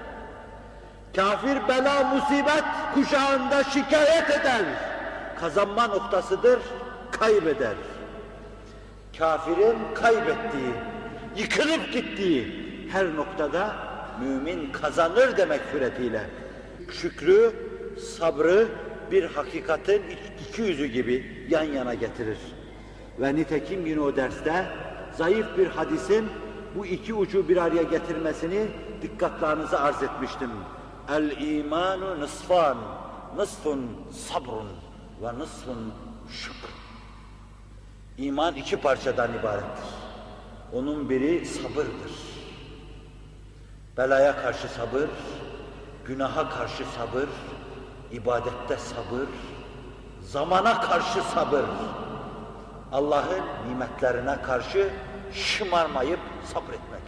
Kafir bela musibet kuşağında şikayet eder. Kazanma noktasıdır, kaybeder. Kafirin kaybettiği, yıkılıp gittiği her noktada mümin kazanır demek suretiyle. Şükrü, sabrı bir hakikatin iki yüzü gibi yan yana getirir. Ve nitekim yine o derste zayıf bir hadisin bu iki ucu bir araya getirmesini dikkatlerinize arz etmiştim. El-imanu nısfan, nısfun sabrun ve nısfun şükr. İman iki parçadan ibarettir. Onun biri sabırdır. Belaya karşı sabır, günaha karşı sabır, ibadette sabır, zamana karşı sabır. Allah'ın nimetlerine karşı şımarmayıp sabretmek.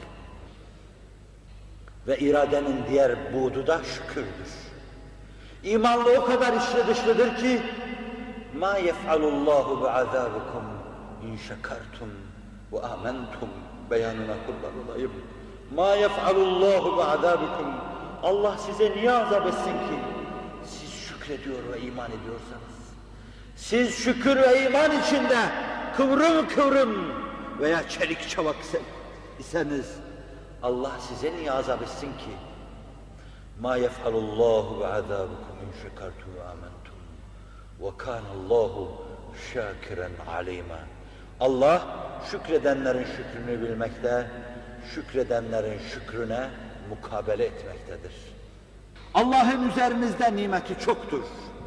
Ve iradenin diğer buğdu da şükürdür. İmanla o kadar içli dışlıdır ki مَا يَفْعَلُ اللّٰهُ بِعَذَابِكُمْ اِنْ شَكَرْتُمْ وَآمَنْتُمْ beyanına kurban olayım. مَا يَفْعَلُ اللّٰهُ بِعَذَابِكُمْ Allah size niye azap etsin ki? Siz şükrediyor ve iman ediyorsanız. Siz şükür ve iman içinde kıvrım kıvrım veya çelik çavak iseniz Allah size niye azap etsin ki? مَا يَفْعَلُ اللّٰهُ بِعَذَابِكُمْ اِنْ شَكَرْتُمْ وَآمَنْتُمْ وَكَانَ اللّٰهُ شَاكِرًا عَلِيمًا Allah şükredenlerin şükrünü bilmekte, şükredenlerin şükrüne mukabele etmektedir. Allah'ın üzerimizde nimeti çoktur.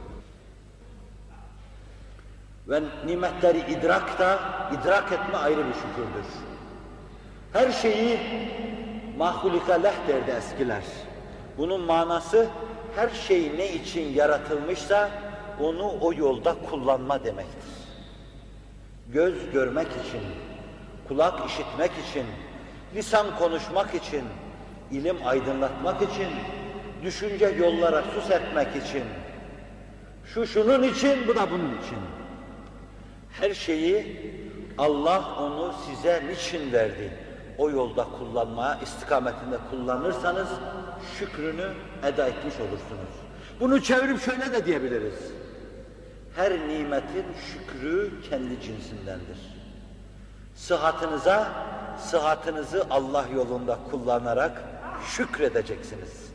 Ve nimetleri idrak etme ayrı bir şükürdür. Her şeyi mahulika leh derdi eskiler. Bunun manası her şey ne için yaratılmışsa onu o yolda kullanma demektir. Göz görmek için, kulak işitmek için, lisan konuşmak için, ilim aydınlatmak için, düşünce yollara su serpmek için, şu şunun için, bu da bunun için. Her şeyi Allah onu size niçin verdi? O yolda kullanmaya, istikametinde kullanırsanız şükrünü eda etmiş olursunuz. Bunu çevirip şöyle de diyebiliriz. Her nimetin şükrü kendi cinsindendir. Sıhhatınızı Allah yolunda kullanarak şükredeceksiniz.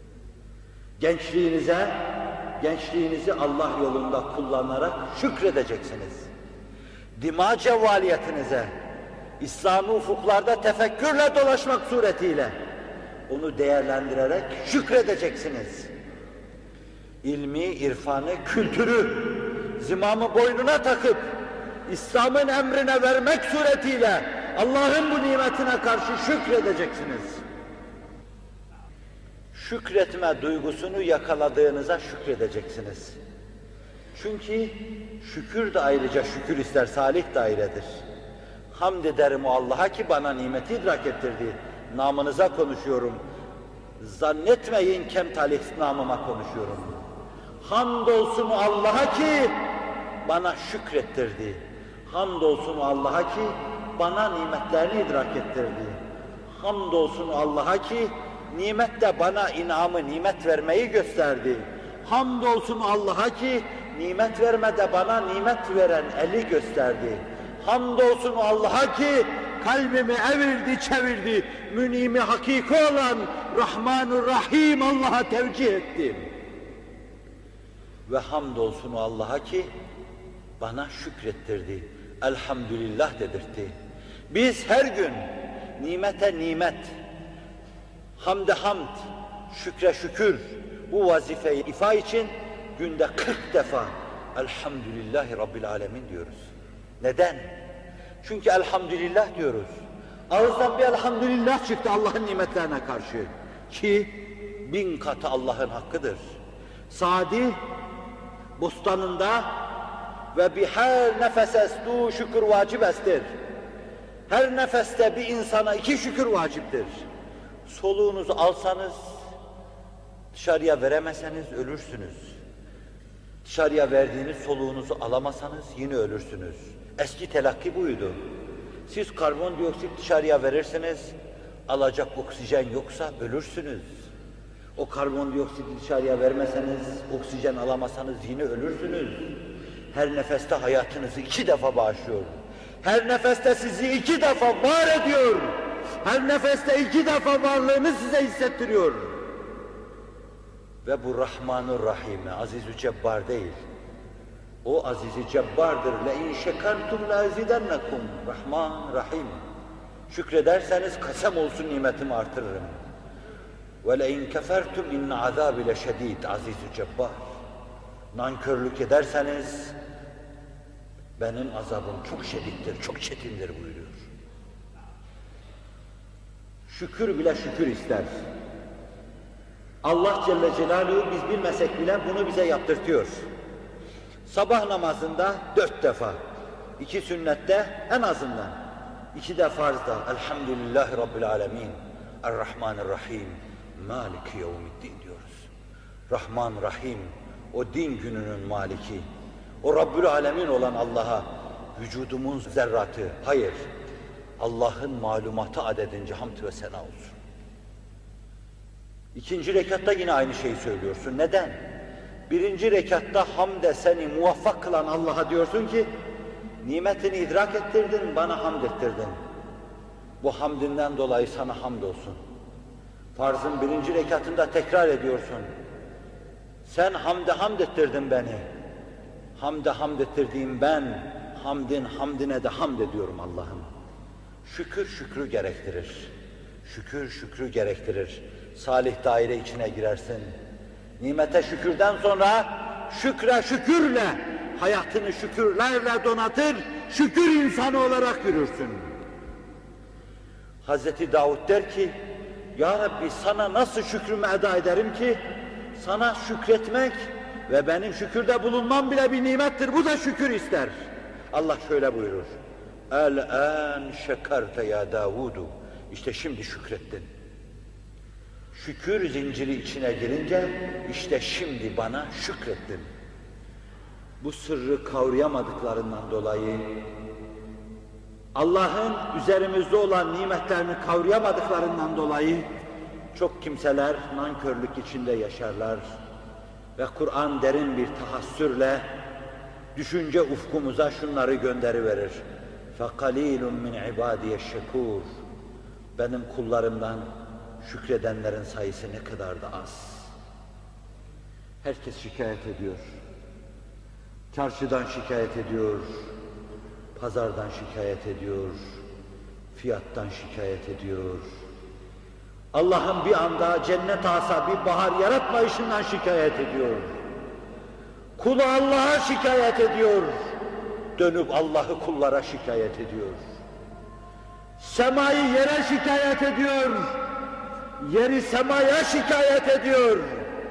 Gençliğinizi Allah yolunda kullanarak şükredeceksiniz. Dima cevvaliyetinize, İslami ufuklarda tefekkürle dolaşmak suretiyle onu değerlendirerek şükredeceksiniz. İlmi, irfanı, kültürü, zimamı boynuna takıp İslam'ın emrine vermek suretiyle Allah'ın bu nimetine karşı şükredeceksiniz. Şükretme duygusunu yakaladığınıza şükredeceksiniz. Çünkü şükür de ayrıca şükür ister, salih dairedir. Hamd ederim o Allah'a ki bana nimeti idrak ettirdi. Namınıza konuşuyorum. Zannetmeyin kemtali namıma konuşuyorum. Hamdolsun Allah'a ki bana şükrettirdi. Hamdolsun Allah'a ki bana nimetlerini idrak ettirdi. Hamdolsun Allah'a ki nimette bana inamı, nimet vermeyi gösterdi. Hamdolsun Allah'a ki nimet vermede bana nimet veren eli gösterdi. Hamdolsun Allah'a ki kalbimi evirdi, çevirdi. Münimi hakiki olan Rahmanur Rahim Allah'a tevcih ettim. Ve hamdolsun Allah'a ki bana şükrettirdi. Elhamdülillah dedirtti. Biz her gün nimete nimet, hamde hamd, şükre şükür bu vazifeyi ifa için günde 40 defa Elhamdülillahi Rabbil Alemin diyoruz. Neden? Çünkü elhamdülillah diyoruz. Ağızdan bir elhamdülillah çıktı Allah'ın nimetlerine karşı. Ki 1000 katı Allah'ın hakkıdır. Sadi bostanında ve bir her nefesestu şükür vacibestir. Her nefeste bir insana 2 şükür vaciptir. Soluğunuzu alsanız, dışarıya veremezseniz ölürsünüz. Dışarıya verdiğiniz soluğunuzu alamasanız yine ölürsünüz. Eski telakki buydu. Siz karbondioksit dışarıya verirsiniz, alacak oksijen yoksa ölürsünüz. O karbondioksiti dışarıya vermeseniz, oksijen alamasanız yine ölürsünüz. Her nefeste hayatınızı 2 defa bağışlıyor. Her nefeste sizi 2 defa var ediyor. Her nefeste 2 defa varlığını size hissettiriyor. Ve bu Rahmanur Rahim'e, Aziz-ü Cebbar değil. O Aziz-i Cebbar'dır. لَاِنْ شَكَرْتُمْ لَاَزِدَنَّكُمْ Rahman, Rahim. Şükrederseniz kasem olsun nimetimi artırırım. وَلَاِنْ كَفَرْتُمْ اِنَّ عَذَابِ لَشَد۪يدٍ Aziz-ü Cebbar. Nankörlük ederseniz benim azabım çok şedittir, çok çetindir buyuruyor. Şükür bile şükür ister. Allah Celle Celaluhu biz bilmesek bile bunu bize yaptırtıyor. Sabah namazında 4 defa, 2 sünnette en azından, 2 de farzda Elhamdülillahi Rabbil Alemin, Errahmanirrahim, Maliki Yevmiddin diyoruz. Rahman, Rahim, o din gününün maliki, o Rabbül Alemin olan Allah'a vücudumun zerratı, hayır, Allah'ın malumatı adedince hamd ve sena olsun. 2. rekatta yine aynı şeyi söylüyorsun. Neden? 1. rekatta hamde seni muvaffak kılan Allah'a diyorsun ki, nimetini idrak ettirdin, bana hamd ettirdin. Bu hamdinden dolayı sana hamd olsun. Farzın 1. rekatında tekrar ediyorsun. Sen hamde hamd ettirdin beni. Hamde hamd ettirdiğim ben, hamdin hamdine de hamd ediyorum Allah'ım. Şükür şükrü gerektirir. Şükür şükrü gerektirir. Salih daire içine girersin. Nimete şükürden sonra şükre şükürle, hayatını şükürlerle donatır, şükür insanı olarak yürürsün. Hazreti Davud der ki, Ya Rabbi sana nasıl şükrümü eda ederim ki, sana şükretmek ve benim şükürde bulunmam bile bir nimettir, bu da şükür ister. Allah şöyle buyurur, El-en şekerte ya Davudu. İşte şimdi şükrettin. Şükür zinciri içine girince işte şimdi bana şükrettin. Bu sırrı kavrayamadıklarından dolayı, Allah'ın üzerimizde olan nimetlerini kavrayamadıklarından dolayı çok kimseler nankörlük içinde yaşarlar ve Kur'an derin bir tahassürle düşünce ufkumuza şunları gönderiverir. فَقَلِيلٌ مِنْ عِبَادِيَ الشَّكُورِ. Benim kullarımdan şükredenlerin sayısı ne kadar da az. Herkes şikayet ediyor. Çarşıdan şikayet ediyor, pazardan şikayet ediyor, fiyattan şikayet ediyor. Allah'ın bir anda cennet asa bir bahar yaratmayışından şikayet ediyor. Kulu Allah'a şikayet ediyor, dönüp Allah'ı kullara şikayet ediyor. Semayı yere şikayet ediyor, yeri semaya şikayet ediyor.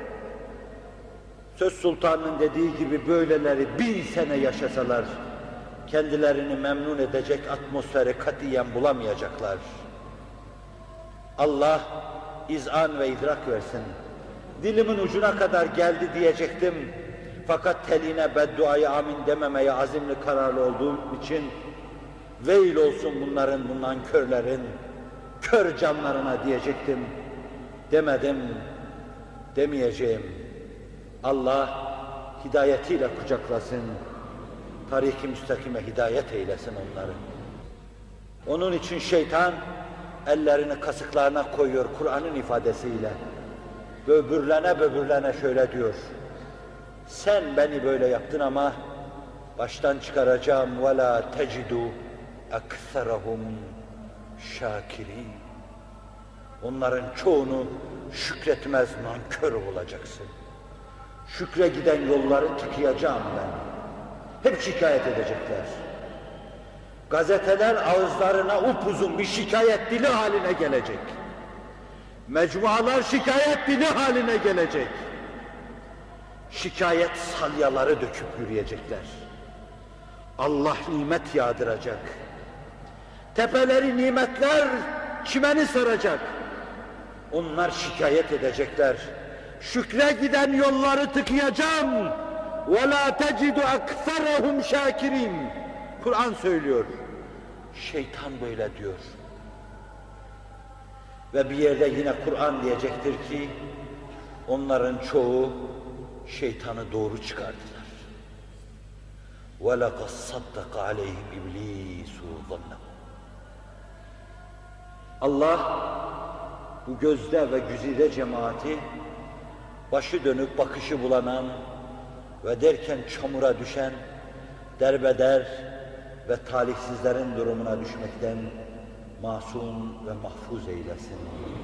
Söz Sultanı'nın dediği gibi böyleleri 1000 sene yaşasalar, kendilerini memnun edecek atmosferi katiyen bulamayacaklar. Allah izan ve idrak versin. Dilimin ucuna kadar geldi diyecektim. Fakat teline bedduayı amin dememeye azimli kararlı olduğum için veil olsun bunların, bu nankörlerin, kör canlarına diyecektim. Demedim, demeyeceğim. Allah hidayetiyle kucaklasın, tarik-i müstakime hidayet eylesin onları. Onun için şeytan ellerini kasıklarına koyuyor Kur'an'ın ifadesiyle. Böbürlene böbürlene şöyle diyor. Sen beni böyle yaptın ama baştan çıkaracağım. وَلَا تَجِدُوا اَكْثَرَهُمْ شَاكِرِينَ. Onların çoğunu şükretmez nankör olacaksın. Şükre giden yolları tıkayacağım ben. Hep şikayet edecekler. Gazeteler ağızlarına upuzun bir şikayet dili haline gelecek. Mecmualar şikayet dili haline gelecek. Şikayet salyaları döküp yürüyecekler. Allah nimet yağdıracak. Tepeleri nimetler çimeni saracak. Onlar şikayet edecekler. Şükre giden yolları tıkayacağım. وَلَا تَجِدُ اَكْثَرَهُمْ شَاكِرِينَ. Kur'an söylüyor. Şeytan böyle diyor. Ve bir yerde yine Kur'an diyecektir ki onların çoğu şeytanı doğru çıkardılar. وَلَقَدْ صَدَّقَ عَلَيْهِمْ إِبْلِيسُ ظَنَّهُ. Allah bu gözde ve güzide cemaati başı dönüp bakışı bulanan ve derken çamura düşen derbeder ve talihsizlerin durumuna düşmekten masum ve mahfuz eylesin.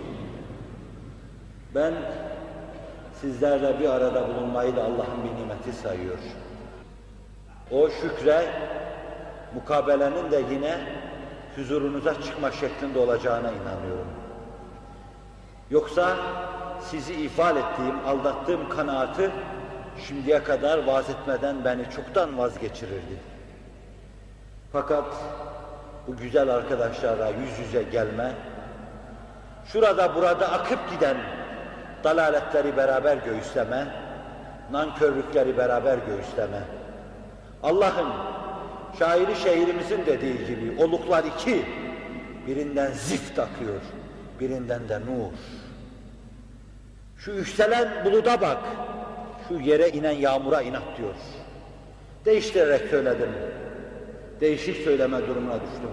Ben sizlerle bir arada bulunmayı da Allah'ın bir nimeti sayıyor. O şükre mukabelenin de yine huzurunuza çıkma şeklinde olacağına inanıyorum. Yoksa sizi ifade ettiğim, aldattığım kanaatı şimdiye kadar vaaz etmeden beni çoktan vazgeçirirdi. Fakat bu güzel arkadaşlarla yüz yüze gelme, şurada burada akıp giden dalaletleri beraber göğüsleme, nankörlükleri beraber göğüsleme. Allah'ın şairi şehrimizin dediği gibi oluklar iki, birinden zift akıyor, birinden de nur. Şu yükselen buluda bak, şu yere inen yağmura inat diyor. Değiştirerek söyledim, değişik söyleme durumuna düştüm.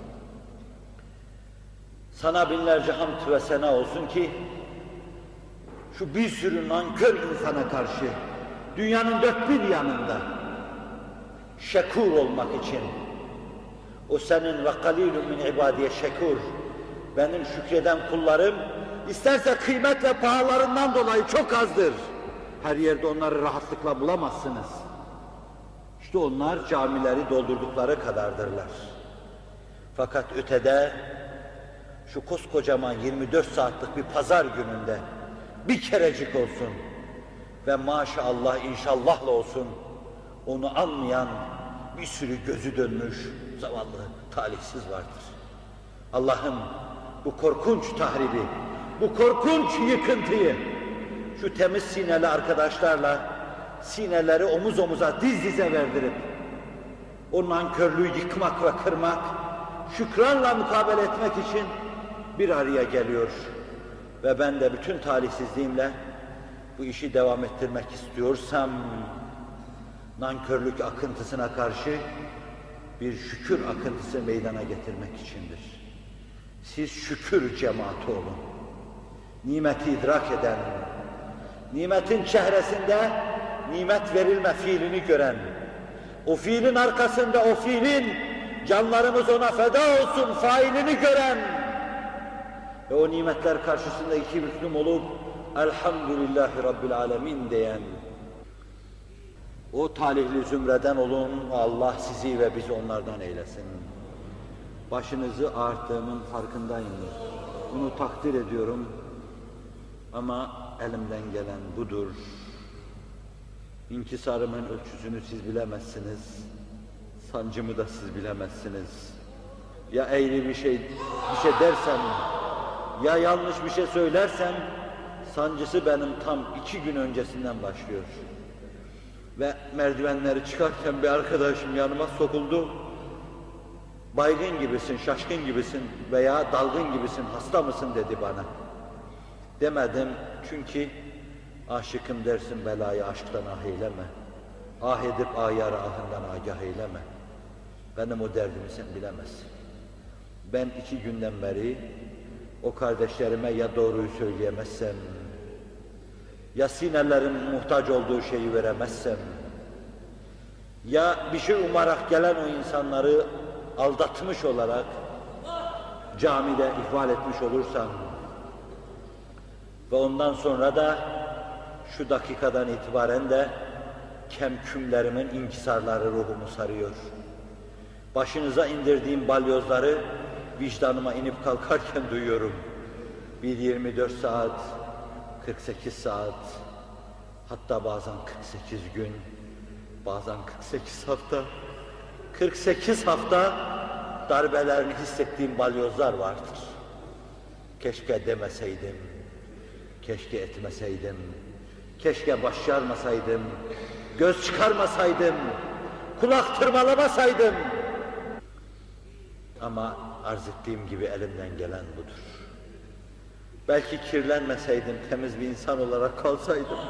Sana binlerce hamd ve sena olsun ki, şu bir sürü nankör insana karşı, dünyanın dört bir yanında, şekur olmak için, o senin ve kalilun min ibadiye şekur, benim şükreden kullarım, isterse kıymet ve pahalarından dolayı çok azdır. Her yerde onları rahatlıkla bulamazsınız. İşte onlar camileri doldurdukları kadardırlar. Fakat ötede, şu koskocaman 24 saatlik bir pazar gününde, bir kerecik olsun ve maşallah inşallahla olsun, onu anmayan bir sürü gözü dönmüş zavallı talihsiz vardır. Allah'ım bu korkunç tahribi, bu korkunç yıkıntıyı şu temiz sineli arkadaşlarla sineleri omuz omuza, diz dize verdirip o nankörlüğü yıkmak ve kırmak, şükranla mukabele etmek için bir araya geliyor. Ve ben de bütün talihsizliğimle bu işi devam ettirmek istiyorsam, nankörlük akıntısına karşı bir şükür akıntısı meydana getirmek içindir. Siz şükür cemaati olun. Nimeti idrak eden, nimetin çehresinde nimet verilme fiilini gören, o fiilin arkasında o fiilin canlarımız ona feda olsun failini gören ve o nimetler karşısında iki büklüm olup Elhamdülillahi Rabbil Alemin diyen o talihli zümreden olun. Allah sizi ve bizi onlardan eylesin. Başınızı ağarttığımın farkındayım. Bunu takdir ediyorum. Ama elimden gelen budur. İnkisarımın ölçüsünü siz bilemezsiniz. Sancımı da siz bilemezsiniz. Ya eğri bir şey dersem, ya yanlış bir şey söylersem, sancısı benim tam 2 gün öncesinden başlıyor. Ve merdivenleri çıkarken bir arkadaşım yanıma sokuldu. Baygın gibisin, şaşkın gibisin veya dalgın gibisin, hasta mısın dedi bana. Demedim çünkü aşıkım dersin belayı aşktan ah eyleme. Ah edip ayarı ahından agah eyleme. Benim o derdimi sen bilemezsin. Ben 2 günden beri o kardeşlerime ya doğruyu söyleyemezsem, ya sinelerin muhtaç olduğu şeyi veremezsem, ya bir şey umarak gelen o insanları aldatmış olarak camide ihval etmiş olursam ve ondan sonra da şu dakikadan itibaren de kemkümlerimin inkisarları ruhumu sarıyor. Başınıza indirdiğim balyozları vicdanıma inip kalkarken duyuyorum. 24 saat, 48 saat, hatta bazen 48 gün, bazen 48 hafta, 48 hafta darbelerini hissettiğim balyozlar vardır. Keşke demeseydim, keşke etmeseydim, keşke baş yarmasaydım, göz çıkarmasaydım, kulak tırmalamasaydım. Ama arz ettiğim gibi elimden gelen budur. Belki kirlenmeseydim, temiz bir insan olarak kalsaydım.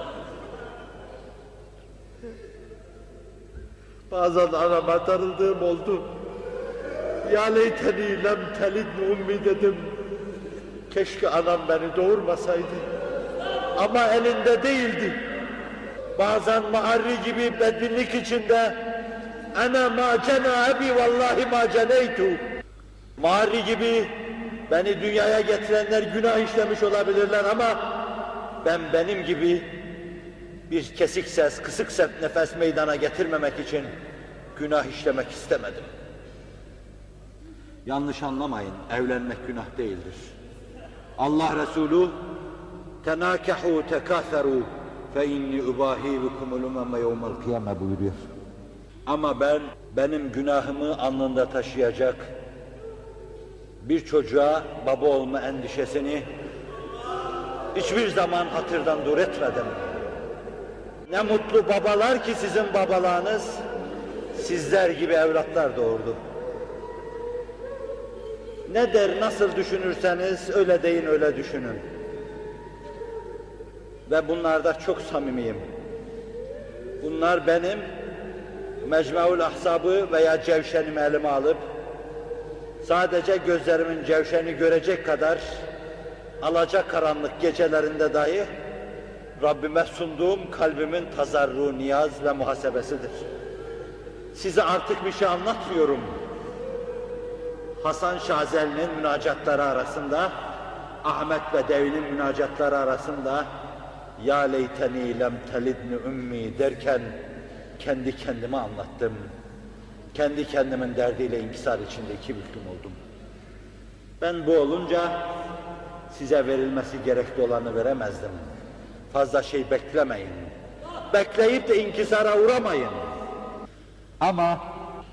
Bazen anama darıldığım oldu. Ya leyteni lem telidni ummi dedim. Keşke anam beni doğurmasaydı. Ama elinde değildi. Bazen maarri gibi bedbinlik içinde ana ma cena ebi vallahi ma ceneytu. Maarri gibi beni dünyaya getirenler günah işlemiş olabilirler ama ben benim gibi bir kesik ses, kısık ses nefes meydana getirmemek için günah işlemek istemedim. Yanlış anlamayın, evlenmek günah değildir. Allah Resulü tenâkehu tekâferû fe inni ubâhî bikumul umeme yevmel kıyame buyuruyor. Ama benim günahımı alnında taşıyacak bir çocuğa baba olma endişesini hiçbir zaman hatırdan dur etmedim. Ne mutlu babalar ki sizin babalarınız sizler gibi evlatlar doğurdu. Ne der, nasıl düşünürseniz öyle deyin, öyle düşünün. Ve bunlarda çok samimiyim. Bunlar benim Mecmuaul Ahzab'ı veya cevşenimi elime alıp sadece gözlerimin cevşeni görecek kadar alacakaranlık gecelerinde dahi Rabbime sunduğum kalbimin tazarru, niyaz ve muhasebesidir. Size artık bir şey anlatmıyorum. Hasan Şazeli'nin münacatları arasında, Ahmet Bedevi'nin münacatları arasında ya leyteni lem telidni ummi derken kendi kendime anlattım. Kendi kendimin derdiyle inkisar içinde 2 büklüm oldum. Ben bu olunca size verilmesi gerekli olanı veremezdim. Fazla şey beklemeyin. Bekleyip de inkisara uğramayın. Ama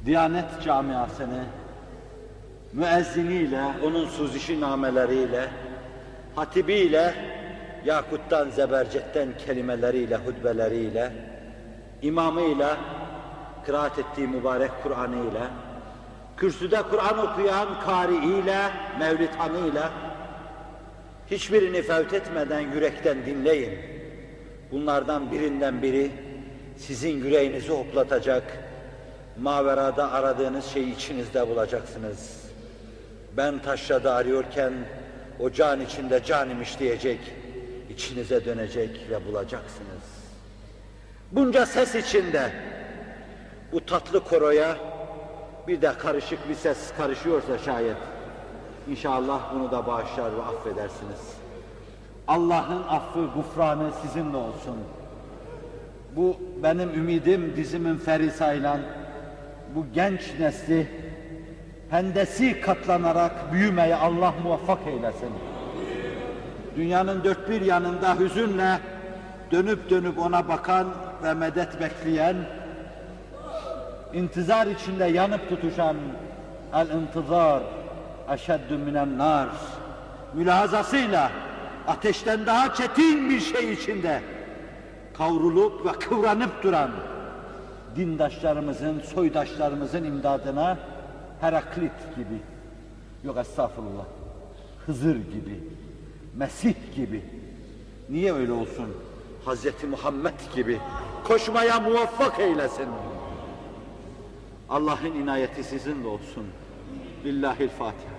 Diyanet camiasını müezziniyle, onun suzişi nameleriyle, hatibiyle, yakuttan, zebercetten kelimeleriyle, hutbeleriyle, imamıyla, kıraat ettiği mübarek Kur'an'ıyla, kürsüde Kur'an okuyan kari'iyle, mevlidhanıyla, hiçbirini fevt etmeden yürekten dinleyin. Bunlardan birinden biri sizin yüreğinizi hoplatacak, maverada aradığınız şeyi içinizde bulacaksınız. Ben taşrada arıyorken o can içinde can imiş diyecek, içinize dönecek ve bulacaksınız. Bunca ses içinde bu tatlı koroya bir de karışık bir ses karışıyorsa şayet, İnşallah bunu da bağışlar ve affedersiniz. Allah'ın affı, gufranı sizinle olsun. Bu benim ümidim, dizimin ferisayla bu genç nesli hendesi katlanarak büyümeye Allah muvaffak eylesin. Dünyanın dört bir yanında hüzünle dönüp dönüp ona bakan ve medet bekleyen, intizar içinde yanıp tutuşan el-intizar eşeddü minen nar mülahazasıyla ateşten daha çetin bir şey içinde kavrulup ve kıvranıp duran dindaşlarımızın, soydaşlarımızın imdadına Heraklit gibi, yok estağfurullah, Hızır gibi, Mesih gibi, niye öyle olsun? Hazreti Muhammed gibi koşmaya muvaffak eylesin. Allah'ın inayeti sizinle olsun. Billahil Fatiha.